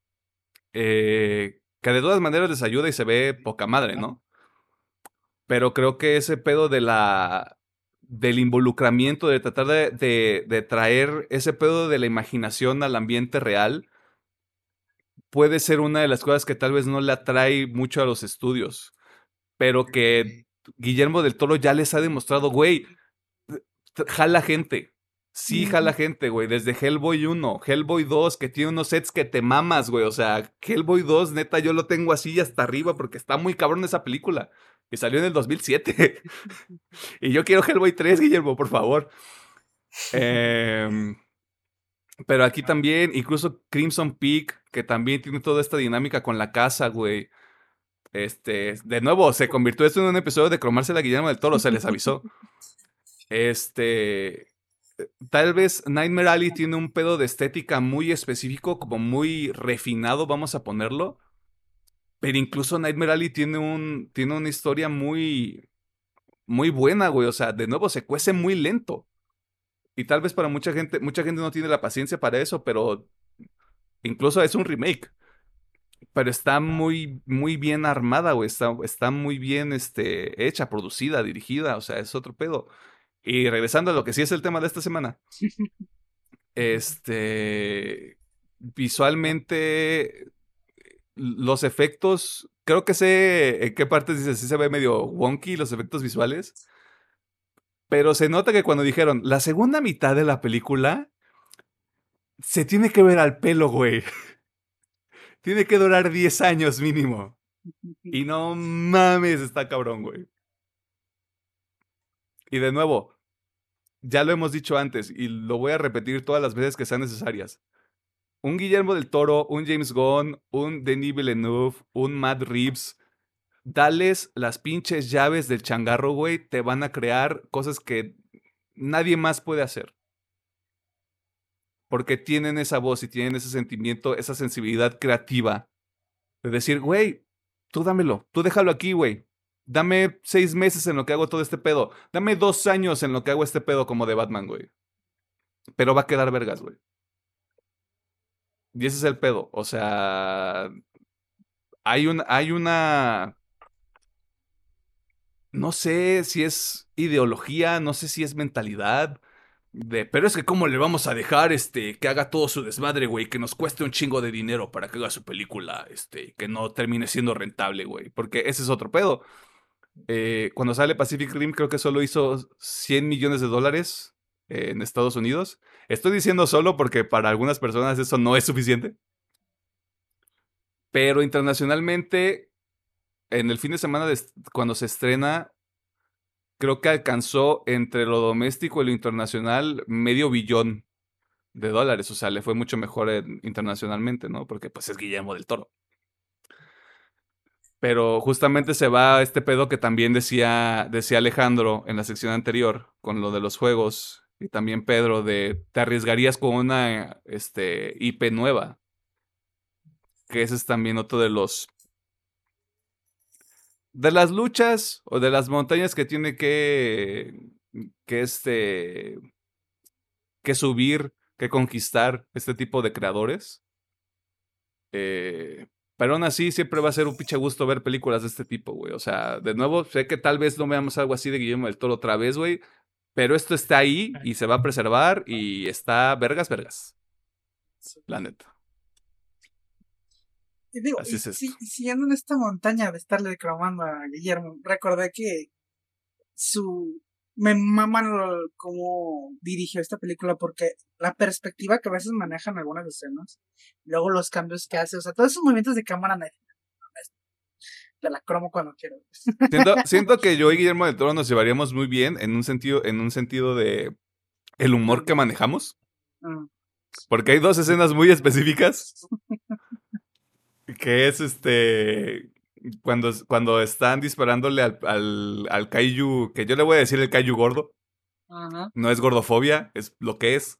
eh, que de todas maneras les ayuda y se ve poca madre, ¿no? Pero creo que ese pedo de la del involucramiento, de tratar de, de, de traer ese pedo de la imaginación al ambiente real, puede ser una de las cosas que tal vez no le atrae mucho a los estudios, pero que Guillermo del Toro ya les ha demostrado, güey, t- jala gente. Sí, jala Ujú. gente, güey. Desde Hellboy uno, Hellboy dos, que tiene unos sets que te mamas, güey. O sea, Hellboy dos, neta, yo lo tengo así hasta arriba porque está muy cabrón esa película. Y salió en el dos mil siete. Y yo quiero Hellboy tres, Guillermo, por favor. Em, pero aquí también, incluso Crimson Peak, que también tiene toda esta dinámica con la casa, güey. Este, de nuevo, se convirtió esto en un episodio de cromarse a Guillermo del Toro, se les avisó. Este, tal vez Nightmare Alley tiene un pedo de estética muy específico, como muy refinado, vamos a ponerlo. Pero incluso Nightmare Alley tiene un, tiene una historia muy, muy buena, güey. O sea, de nuevo se cuece muy lento. Y tal vez para mucha gente, mucha gente no tiene la paciencia para eso, pero incluso es un remake. Pero está muy, muy bien armada, güey. Está, está muy bien este, hecha, producida, dirigida. O sea, es otro pedo. Y regresando a lo que sí es el tema de esta semana. Este. Visualmente, los efectos. Creo que sé en qué partes dices, sí se ve medio wonky los efectos visuales. Pero se nota que cuando dijeron la segunda mitad de la película se tiene que ver al pelo, güey. Tiene que durar diez años mínimo. Y no mames, está cabrón, güey. Y de nuevo, ya lo hemos dicho antes y lo voy a repetir todas las veces que sean necesarias. Un Guillermo del Toro, un James Gunn, un Denis Villeneuve, un Matt Reeves, dales las pinches llaves del changarro, güey, te van a crear cosas que nadie más puede hacer. Porque tienen esa voz y tienen ese sentimiento, esa sensibilidad creativa de decir, güey, tú dámelo, tú déjalo aquí, güey. Dame seis meses en lo que hago todo este pedo. Dame dos años en lo que hago este pedo como de Batman, güey. Pero va a quedar vergas, güey. Y ese es el pedo. O sea, hay, un, hay una... No sé si es ideología, no sé si es mentalidad. De, pero es que cómo le vamos a dejar este que haga todo su desmadre, güey, que nos cueste un chingo de dinero para que haga su película, este, que no termine siendo rentable, güey, porque ese es otro pedo. Eh, cuando sale Pacific Rim creo que solo hizo cien millones de dólares eh, en Estados Unidos. Estoy diciendo solo porque para algunas personas eso no es suficiente. Pero internacionalmente, en el fin de semana de, cuando se estrena, creo que alcanzó entre lo doméstico y lo internacional medio billón de dólares. O sea, le fue mucho mejor en- internacionalmente, ¿no? Porque pues es Guillermo del Toro. Pero justamente se va a este pedo que también decía, decía Alejandro en la sección anterior, con lo de los juegos, y también Pedro, de te arriesgarías con una este, I P nueva, que ese es también otro de los de las luchas o de las montañas que tiene que que este que subir, que conquistar este tipo de creadores. Eh, pero aún así siempre va a ser un pinche gusto ver películas de este tipo, güey. O sea, de nuevo, sé que tal vez no veamos algo así de Guillermo del Toro otra vez, güey. Pero esto está ahí y se va a preservar y está vergas, vergas. La neta. Y digo, Así y, es esto. si, siguiendo en esta montaña de estarle cromando a Guillermo, recordé que su... Me maman lo- cómo dirigió esta película porque la perspectiva que a veces manejan algunas escenas, luego los cambios que hace, o sea, todos esos movimientos de cámara, me- te la cromo cuando quiero. Siento, siento que yo y Guillermo del Toro nos llevaríamos muy bien en un sentido, en un sentido de el humor que manejamos. Mm. Porque hay dos escenas muy específicas. Que es este. Cuando, cuando están disparándole al, al, al kaiju. Que yo le voy a decir el kaiju gordo. Ajá. No es gordofobia, es lo que es.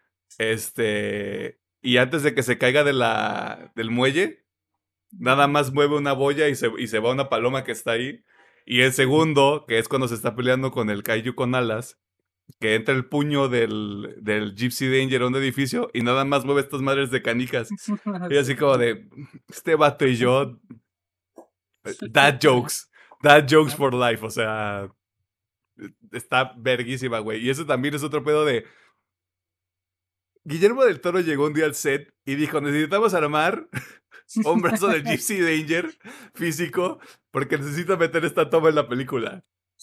Este. Y antes de que se caiga de la, del muelle, nada más mueve una boya y se, y se va una paloma que está ahí. Y el segundo, que es cuando se está peleando con el kaiju con alas, que entra el puño del, del Gypsy Danger a un edificio y nada más mueve estas madres de canicas. Y así como de, este vato y yo, dad jokes, dad jokes for life, o sea, está verguísima, güey. Y eso también es otro pedo de... Guillermo del Toro llegó un día al set y dijo, necesitamos armar un brazo del Gypsy Danger físico porque necesito meter esta toma en la película.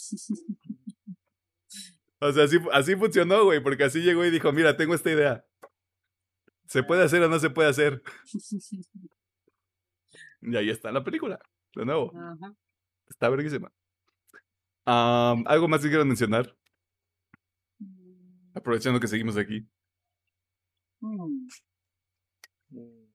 O sea, así, así funcionó, güey, porque así llegó y dijo, mira, tengo esta idea. ¿Se puede hacer o no se puede hacer? Y ahí está la película, de nuevo. Ajá. Está verguísima. Um, ¿Algo más que quieras mencionar? Aprovechando que seguimos aquí. Mm. Mm.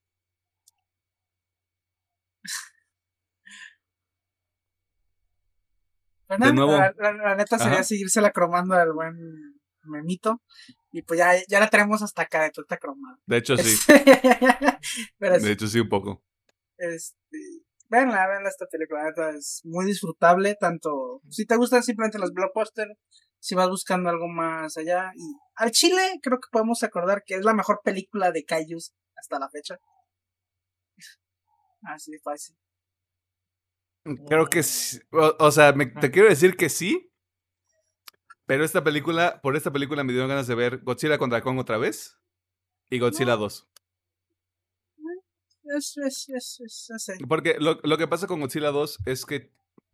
Pues De nada, nuevo. la, la- la neta sería Ajá. seguírsela cromando al buen memito. Y pues ya, ya la tenemos hasta acá de toda esta cromada. De hecho, sí. Pero De sí, hecho, sí, un poco. este, véanla, véanla esta película, la neta es muy disfrutable, tanto si te gustan simplemente los blockbusters, si vas buscando algo más allá. Y al chile creo que podemos acordar que es la mejor película de kaijus hasta la fecha. Así de fácil. Creo que sí. O, o sea, me- te quiero decir que sí. Pero esta película, por esta película me dieron ganas de ver Godzilla contra Kong otra vez. Y Godzilla dos. Es, es, es, es, es, es. Porque lo, lo que pasa con Godzilla dos es que,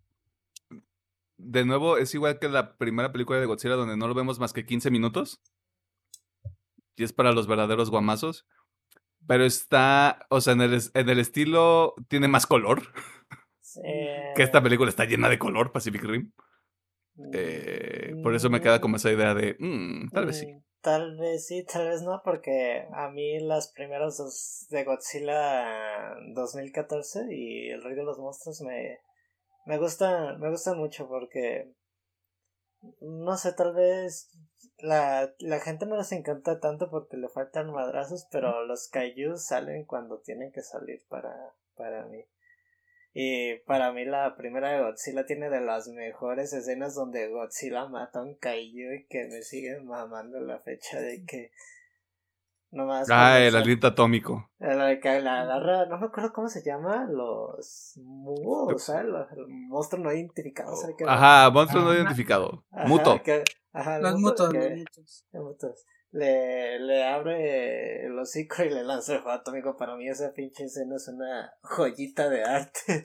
de nuevo, es igual que la primera película de Godzilla donde no lo vemos más que quince minutos. Y es para los verdaderos guamazos. Pero está, o sea, en el, es- en el estilo tiene más color. Sí. Que esta película está llena de color, Pacific Rim. Mm, Eh, por eso me queda como esa idea de, mm, tal vez sí. mm, Tal vez sí, tal vez no, porque a mí las primeras dos de Godzilla dos mil catorce y El Rey de los Monstruos me, me gustan, me gustan mucho porque, no sé, tal vez la, la gente no les encanta tanto porque le faltan madrazos, pero los kaijus salen cuando tienen que salir para, para mí. Y para mí la primera de Godzilla tiene de las mejores escenas donde Godzilla mata a un kaiju y que me sigue mamando la fecha de que nomás Ah, cuando el se, aliento atómico. la, que la agarra, no me acuerdo cómo se llama, los muos, ¿sabes? Los, el monstruo no identificado, ¿sabes qué? Ajá, monstruo no Ajá. identificado. Ajá, Muto. que, ajá, el Los muto, mutos, que, los mutos. el mutos. Le, le abre el hocico y le lanza el fuego atómico. Para mí esa pinche escena es una joyita de arte.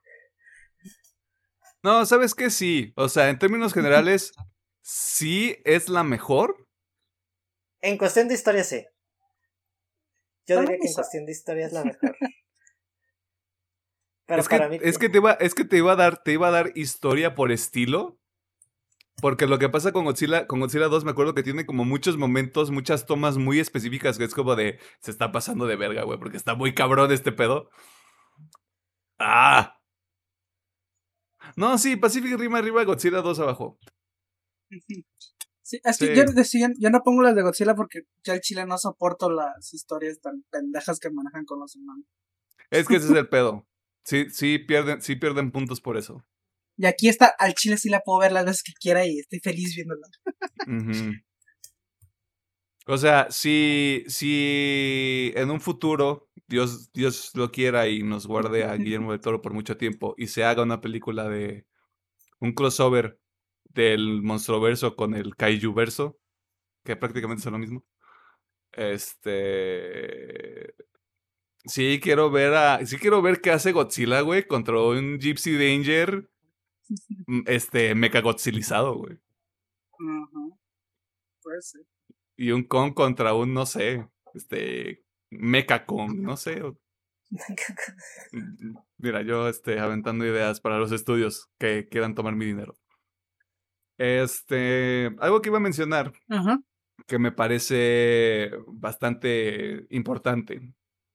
No, ¿sabes qué? Sí. O sea, en términos generales, sí es la mejor. En cuestión de historia, sí. Yo Tal diría que en vez. cuestión de historia es la mejor. Pero Es para que, mí. es que te iba, es que te iba a dar, te iba a dar historia por estilo. Porque lo que pasa con Godzilla, con Godzilla dos, me acuerdo que tiene como muchos momentos, muchas tomas muy específicas, que es como de, se está pasando de verga, güey, porque está muy cabrón este pedo. ¡Ah! No, sí, Pacific Rim arriba, Godzilla dos abajo. Sí, es Sí. que yo, yo, yo no pongo las de Godzilla porque ya el chile no soporto las historias tan pendejas que manejan con los humanos. Es que ese es el pedo. Sí, sí pierden, sí pierden puntos por eso. Y aquí está, al chile sí la puedo ver las veces que quiera y estoy feliz viéndola. Uh-huh. O sea, si, si en un futuro Dios, Dios lo quiera y nos guarde a Guillermo del Toro por mucho tiempo y se haga una película de un crossover del Monstruoverso con el Kaijuverso, que prácticamente son lo mismo. Este... Sí, quiero ver a... Sí quiero ver qué hace Godzilla, güey, contra un Gypsy Danger, mm, este, mechagodzilizado, güey. Ajá. Puede ser. Y un Kong contra un, no sé, este, Mecha Kong, no sé. o- Mm, Mira, yo, este, aventando ideas para los estudios que quieran tomar mi dinero. Este, algo que iba a mencionar, Ajá. que me parece bastante importante.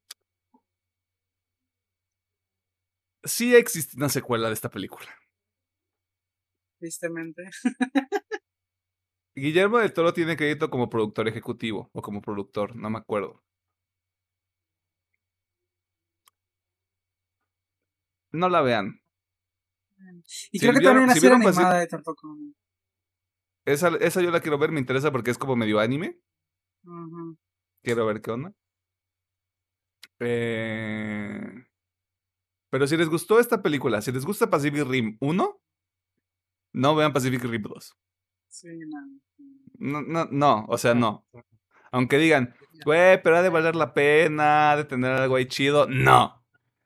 Sí existe una secuela de esta película. Tristemente. Guillermo del Toro tiene crédito como productor ejecutivo o como productor, no me acuerdo. No la vean. Y Si creo que también vieron, una si serie vieron Pacific, animada de tampoco. esa, esa yo la quiero ver, me interesa porque es como medio anime. Ajá. Quiero ver qué onda. Eh, Pero si les gustó esta película, si les gusta Pacific Rim uno, no vean Pacific Rim dos. Sí, no. No, no, no, o sea, no. Aunque digan, güey, pero ha de valer la pena, ha de tener algo ahí chido. No,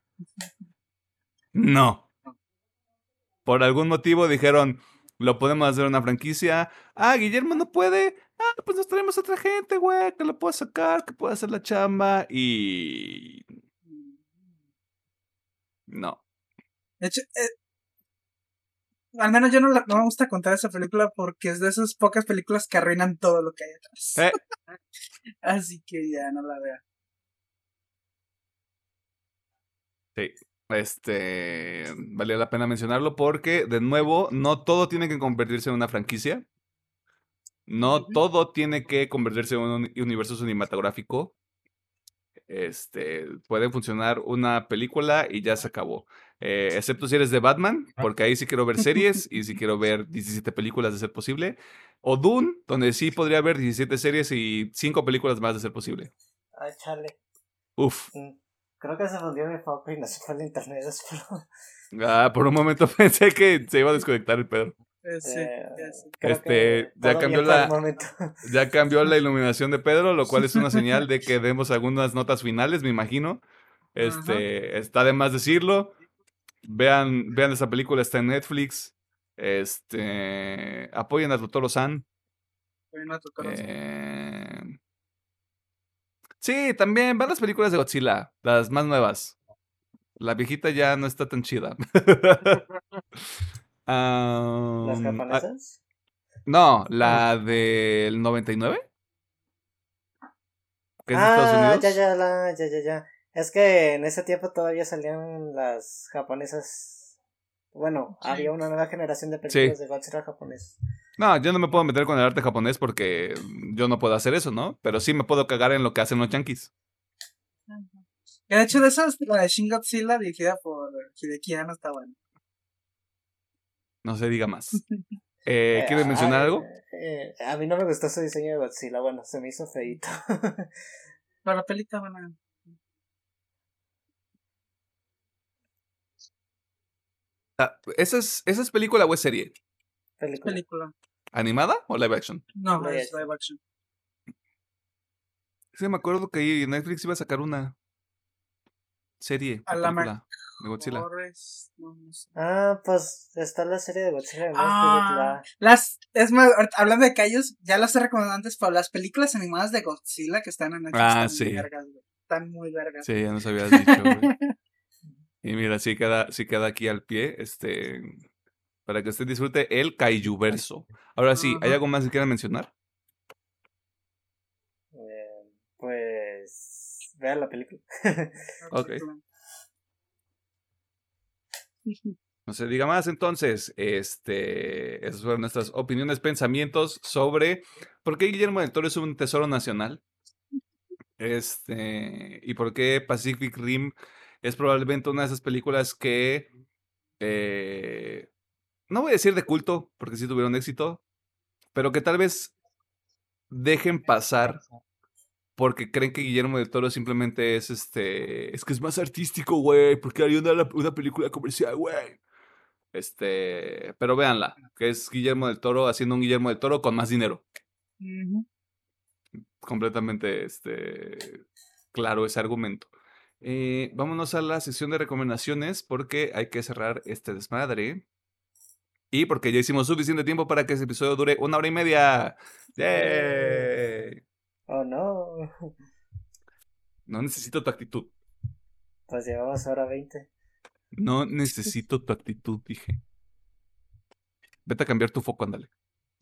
no. Por algún motivo dijeron, lo podemos hacer una franquicia. Ah, Guillermo no puede. Ah, pues nos traemos a otra gente, güey, que lo pueda sacar, que pueda hacer la chamba. Y... no. De hecho, eh, al menos yo no, la- no me gusta contar esa película porque es de esas pocas películas que arruinan todo lo que hay atrás. Eh, Así que ya no la veo. sí. Este, valía la pena mencionarlo porque, de nuevo, no todo tiene que convertirse en una franquicia. No Ujú. todo tiene que convertirse en un uni- universo cinematográfico. Este, puede funcionar una película y ya se acabó. Eh, excepto si eres de Batman, porque ahí sí quiero ver series y sí quiero ver diecisiete películas de ser posible. O Dune, donde sí podría haber diecisiete series y cinco películas más de ser posible. Ay, chale. Uf. Mm, Creo que se fundió mi foco y no se fue el internet. Espero. Ah, por un momento pensé que se iba a desconectar el Pedro. Eh, sí, Eh, ya sé. creo Este, que ya todo cambió bien por el la, momento. ya cambió la iluminación de Pedro, lo cual es una señal de que demos algunas notas finales, me imagino. Ajá. Este, está de más decirlo. Vean, vean esa película, está en Netflix. Este, apoyen a Totoro-san. Bueno, tu corazón. Eh, sí, también vean las películas de Godzilla, las más nuevas. La viejita ya no está tan chida. ¿Las Am, ah, japonesas? no, la del noventa y nueve, que es de Estados Ah, ya, Unidos. ya, la, ya, ya, ya. Es que en ese tiempo todavía salían las japonesas. Bueno, Sí. había una nueva generación de Sí. películas de Godzilla japonés. No, yo no me puedo meter con el arte japonés porque yo no puedo hacer eso, ¿no? Pero sí me puedo cagar en lo que hacen los yankees. Que de hecho, de esas, la de Shin Godzilla, dirigida por Hideki Anno, está buena. No se diga más. Eh, Eh, ¿Quieres a, mencionar algo? eh, a mí no me gustó su diseño de Godzilla. Bueno, se me hizo feíto. Pero la película, buena. Ah, ¿esa es, esa es película o es serie? Película. Película. ¿Animada o live action? No, Live es action. live action. Sí, me acuerdo que Netflix iba a sacar una serie A o la película de Godzilla. Torres, no, no sé. Ah, pues está la serie de Godzilla de Netflix. Ah, La... las, es más, ahorita, hablando de callos, ya las he recomendado antes, pero las películas animadas de Godzilla que están en Netflix Ah, están sí. muy vergas, güey. Están muy vergas. Sí, ya nos habías dicho, güey. Y mira, sí queda, sí queda aquí al pie, este, para que usted disfrute el Kaijuverso. Ahora sí, ¿hay Ajá. algo más que quieran mencionar? Eh, pues. Vean la película. Ok. No se diga más, entonces, este, esas fueron nuestras opiniones, pensamientos sobre por qué Guillermo del Toro es un tesoro nacional, este, y por qué Pacific Rim es probablemente una de esas películas que, eh, no voy a decir de culto, porque sí tuvieron éxito, pero que tal vez dejen pasar porque creen que Guillermo del Toro simplemente es, este, es que es más artístico, güey, porque haría una, una película comercial, güey. Este, pero véanla, que es Guillermo del Toro haciendo un Guillermo del Toro con más dinero. Ujú. Completamente este, claro ese argumento. Eh, vámonos a la sección de recomendaciones porque hay que cerrar este desmadre. Y porque ya hicimos suficiente tiempo para que ese episodio dure una hora y media. ¡Yay! Oh no, No necesito tu actitud. pues llevamos hora veinte. No necesito tu actitud, dije. Vete a cambiar tu foco, ándale.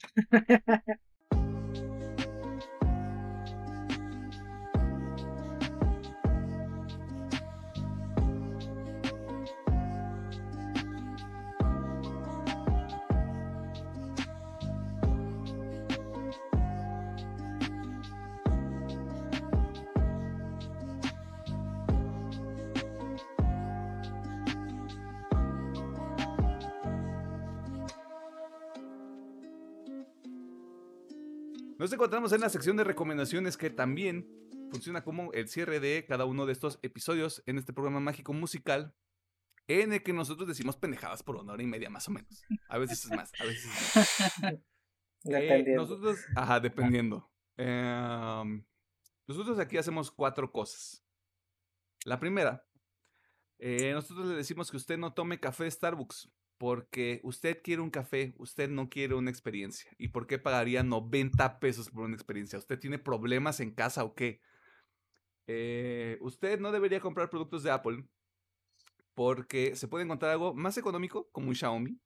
Nos encontramos en la sección de recomendaciones que también funciona como el cierre de cada uno de estos episodios en este programa mágico musical en el que nosotros decimos pendejadas por una hora y media más o menos. A veces es más, a veces es más. Eh, Dependiendo. nosotros, ajá, dependiendo. Eh, nosotros aquí hacemos cuatro cosas. La primera, eh, nosotros le decimos que usted no tome café Starbucks porque usted quiere un café, usted no quiere una experiencia. ¿Y por qué pagaría noventa pesos por una experiencia? ¿Usted tiene problemas en casa o qué? Eh, usted no debería comprar productos de Apple porque se puede encontrar algo más económico como un Xiaomi.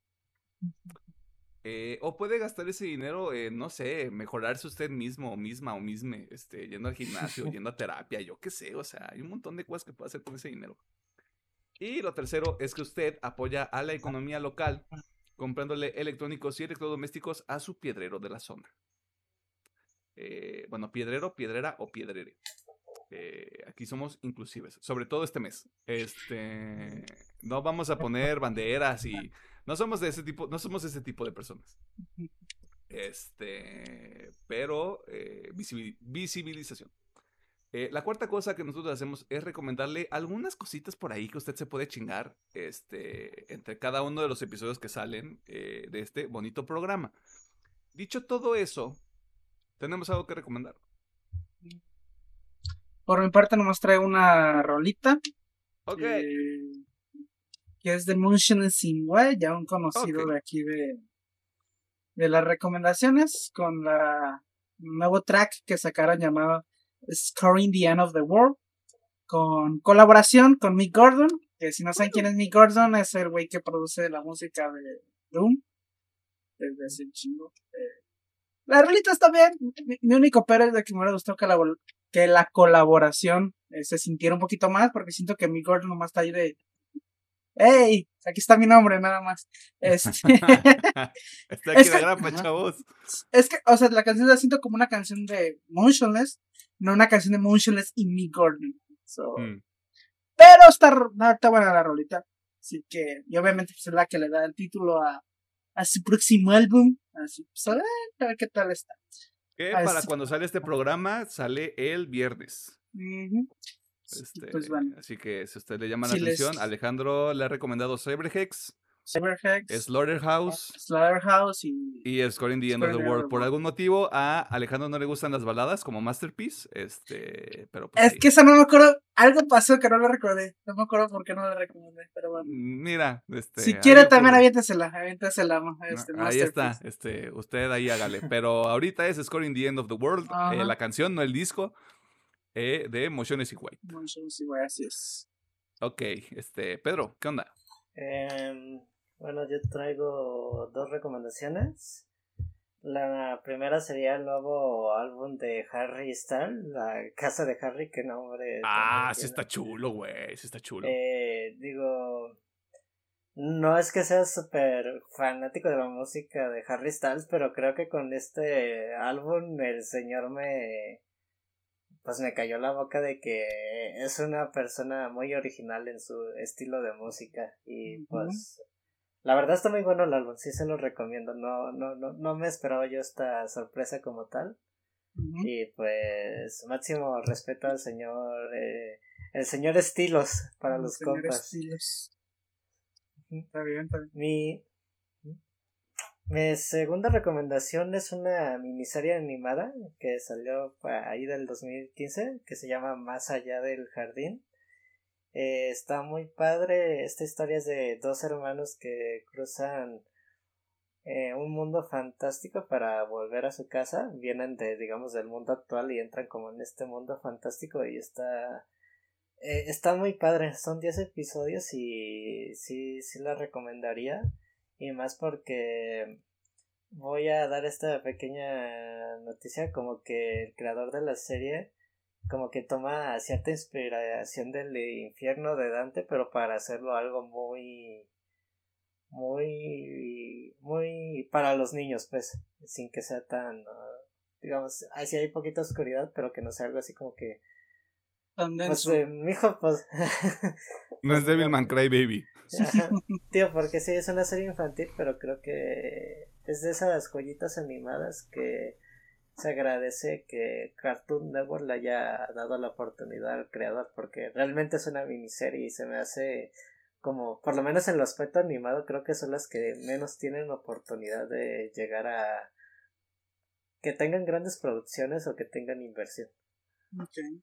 Eh, o puede gastar ese dinero en, no sé, mejorarse usted mismo o misma o misme, este, yendo al gimnasio, yendo a terapia, yo qué sé, o sea, hay un montón de cosas que puede hacer con ese dinero. Y lo tercero es que usted apoya a la economía local comprándole electrónicos y electrodomésticos a su piedrero de la zona. Eh, bueno, piedrero, piedrera o piedrere. Eh, aquí somos inclusives, sobre todo este mes. Este, no vamos a poner banderas y no somos de ese tipo, no somos ese tipo de personas. Este, pero eh, visibil- visibilización. Eh, la cuarta cosa que nosotros hacemos es recomendarle algunas cositas por ahí que usted se puede chingar este, entre cada uno de los episodios que salen eh, de este bonito programa. Dicho todo eso, tenemos algo que recomendar. Por mi parte nomás traigo una rolita. Ok. Que, que es de Motionless in White, ya un conocido Ok. de aquí de, de las recomendaciones, con la un nuevo track que sacaron llamado Scoring the End of the World, con colaboración con Mick Gordon, que si no saben quién es Mick Gordon, es el güey que produce la música de Doom desde ese chingo. Eh, la rolita está bien, mi, mi único pero es de que me hubiera gustado que la, que la colaboración eh, se sintiera un poquito más, porque siento que Mick Gordon nomás está ahí de ¡hey! Aquí está mi nombre, nada más. Este... está aquí es la que, grapa, chavos. Es que, o sea, la canción la siento como una canción de Motionless, no una canción de Motionless y Mick Gordon. So, mm. Pero está, está buena la rolita. Así que, y obviamente pues, es la que le da el título a, a su próximo álbum. Así, pues, a ver, a ver qué tal está. Que Así. Para cuando sale este programa, sale el viernes. Uh-huh. Este, pues bueno. Así que si a usted le llama si la atención, les... Alejandro le ha recomendado Cyberhex, Cyberhex, Slaughterhouse, Slaughterhouse y, y Scoring the End of the World. Por algún motivo, a Alejandro no le gustan las baladas como Masterpiece. Este, pero pues es ahí. Que eso no me acuerdo. Algo pasó que no lo recordé. No me acuerdo por qué no lo recomendé, pero bueno. Mira, este. Si quiere también aviéntesela, aviéntesela. Este, ahí está, este, usted ahí hágale. Pero ahorita es Scoring the End of the World, eh, la canción, no el disco. Eh, de Motionless in White. Motionless in White, así es. Ok, este, Pedro, ¿qué onda? Eh, bueno, yo traigo dos recomendaciones. La primera sería el nuevo álbum de Harry Styles, La Casa de Harry, qué nombre. Ah, sí está chulo, güey, sí está chulo. Eh, digo, no es que sea súper fanático de la música de Harry Styles, pero creo que con este álbum el señor me... pues me cayó la boca de que es una persona muy original en su estilo de música y uh-huh. pues la verdad está muy bueno el álbum, sí se lo recomiendo, no no no no me esperaba yo esta sorpresa como tal uh-huh. y pues máximo respeto al señor eh, el señor Estilos para el los compas. Estilos. Está bien, está bien. Mi, mi segunda recomendación es una miniserie animada que salió ahí del dos mil quince, que se llama Más allá del jardín. Eh, está muy padre. Esta historia es de dos hermanos que cruzan eh, un mundo fantástico para volver a su casa. Vienen de, digamos, del mundo actual y entran como en este mundo fantástico y está... Eh, está muy padre. Son diez episodios y sí, sí la recomendaría. Y más porque voy a dar esta pequeña noticia, como que el creador de la serie como que toma cierta inspiración del infierno de Dante, pero para hacerlo algo muy muy muy para los niños, pues, sin que sea tan uh, digamos, así hay poquita oscuridad, pero que no sea algo así como que pues eh, mijo, pues no pues, es Devilman Crybaby. Tío, porque sí es una serie infantil, pero creo que es de esas joyitas animadas que se agradece que Cartoon Network le haya dado la oportunidad al creador, porque realmente es una miniserie y se me hace como, por lo menos en el aspecto animado, creo que son las que menos tienen oportunidad de llegar a que tengan grandes producciones o que tengan inversión. Okay.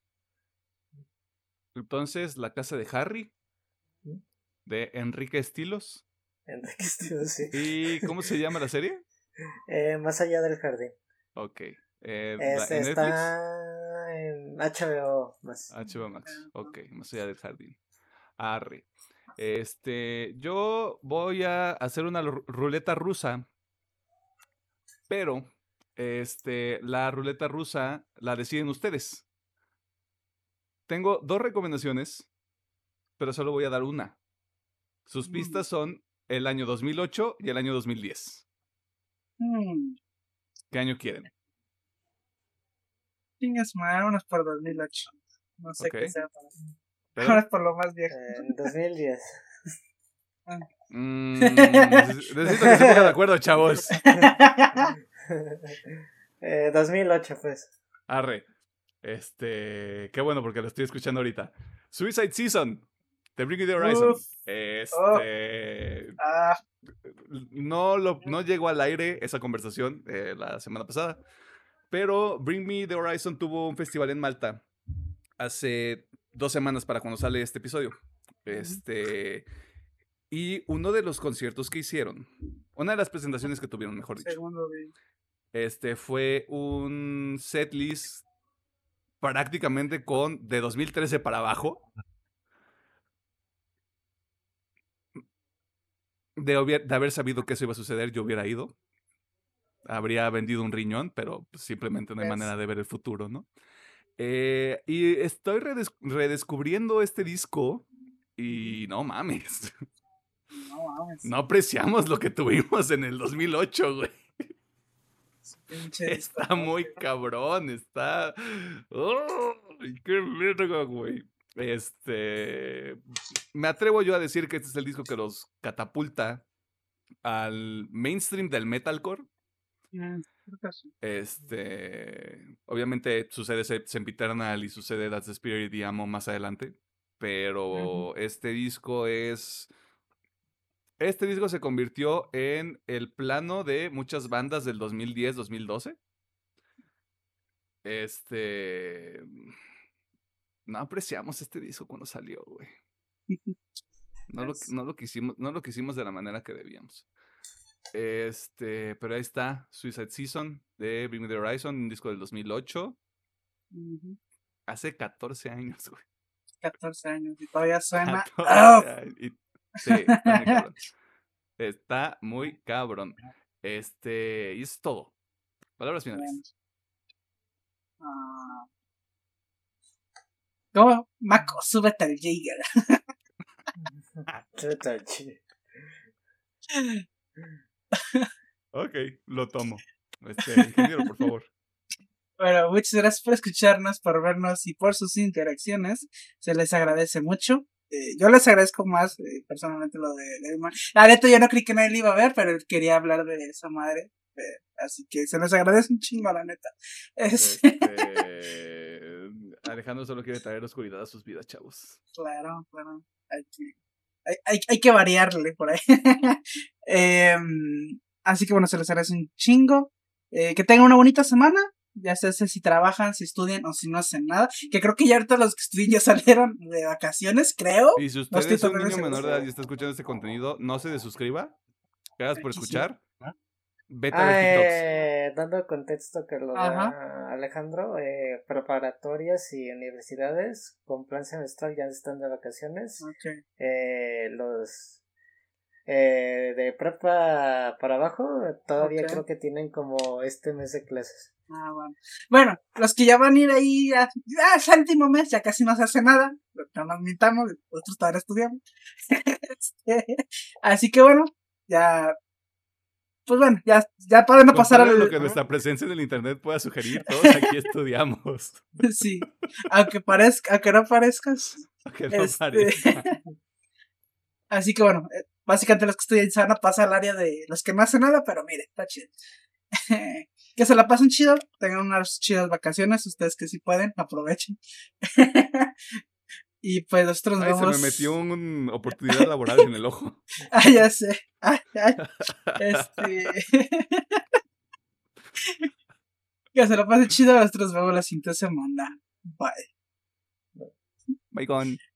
Entonces, La casa de Harry, ¿Mm? De Enrique Estilos. Enrique Estilos, sí. ¿Y cómo se llama la serie? Eh, Más allá del jardín. Ok. Eh, este ¿En está Netflix? En H B O Max. H B O Max. Ok, Más allá del jardín. Arre. Este, yo voy a hacer una ruleta rusa, pero este, la ruleta rusa la deciden ustedes. Tengo dos recomendaciones, pero solo voy a dar una. Sus pistas son el año dos mil ocho y el año dos mil diez. Mm. ¿Qué año quieren? Chingas, vámonos por dos mil ocho. No sé okay. qué sea para... Vámonos por lo más viejo. En eh, dos mil diez. Ah. Mm, necesito que se pongan de acuerdo, chavos. eh, dos mil ocho, pues. Arre. Este, qué bueno porque lo estoy escuchando ahorita. Suicide Season, The Bring Me the Horizon. Uf. Este, oh. ah. no lo, no llegó al aire esa conversación eh, la semana pasada, pero Bring Me the Horizon tuvo un festival en Malta hace dos semanas para cuando sale este episodio. Este, y uno de los conciertos que hicieron, una de las presentaciones que tuvieron, mejor dicho, Segundo día. Este fue un setlist prácticamente con de dos mil trece para abajo. De, de haber sabido que eso iba a suceder, yo hubiera ido. Habría vendido un riñón, pero pues, simplemente no hay yes. manera de ver el futuro, ¿no? Eh, y estoy redes redescubriendo este disco y no mames. No mames. No apreciamos lo que tuvimos en el dos mil ocho, güey. Está muy cabrón, está... ¡Oh! ¡Qué verga, güey! Este... Me atrevo yo a decir que este es el disco que los catapulta al mainstream del metalcore. Mm, este... Obviamente sucede Sempiternal y sucede That's the Spirit y Amo más adelante. Pero uh-huh. este disco es... Este disco se convirtió en el plano de muchas bandas del dos mil diez, dos mil doce. Este... No apreciamos este disco cuando salió, güey. No lo, no, lo quisimos, no lo quisimos de la manera que debíamos. Este, pero ahí está, Suicide Season de Bring Me the Horizon, un disco del dos mil ocho. Uh-huh. Hace catorce años, güey. catorce años y todavía suena. Y, sí, está muy cabrón. Está muy cabrón. Este, y eso es todo. Palabras finales. Uh, ¿Cómo? Mako, súbete al Jaeger. Súbete al Jaeger. Ok, lo tomo. Este, ingeniero, por favor. Bueno, muchas gracias por escucharnos, por vernos y por sus interacciones. Se les agradece mucho. Eh, yo les agradezco más, eh, personalmente, lo de Devilman. La neta, yo no creí que nadie lo iba a ver, pero quería hablar de esa madre. Eh, así que se les agradece un chingo, la neta. Es... Este... Alejandro solo quiere traer oscuridad a sus vidas, chavos. Claro, claro. Hay que, hay, hay, hay que variarle por ahí. eh, así que bueno, se les agradece un chingo. Eh, que tengan una bonita semana. Ya sé si trabajan, si estudian o si no hacen nada. Que creo que ya ahorita los que estudian ya salieron de vacaciones, creo. Y si usted no estoy es un tan niño seguro. menor de edad y está escuchando este contenido, no se desuscriba. Gracias por escuchar. Vete a Ah, ver TikToks. eh, dando contexto que lo Ajá. da Alejandro, eh, preparatorias y universidades con plan semestral ya están de vacaciones. Okay. Eh, los eh, de prepa para abajo todavía Okay. creo que tienen como este mes de clases. Ah, bueno. Bueno, los que ya van a ir ahí a, a es el último mes, ya casi no se hace nada, no nos mitamos, nosotros todavía estudiamos. este, así que bueno, ya, pues bueno, ya, ya podemos pasar Contrario al... a lo que nuestra presencia en el internet pueda sugerir, todos aquí estudiamos. Sí, aunque parezca, aunque no parezcas. Aunque no este... parezca. Así que bueno, básicamente los que estudian se van a pasar al área de los que no hacen nada, pero mire, está chido. Que se la pasen chido, tengan unas chidas vacaciones, ustedes que sí pueden, aprovechen. Y pues nosotros Ay, vamos... se me metió una oportunidad laboral en el ojo. Ah, ya sé. Ay, ay. Este... que se la pasen chido, nosotros vemos la siguiente semana. Bye. Bye, gone.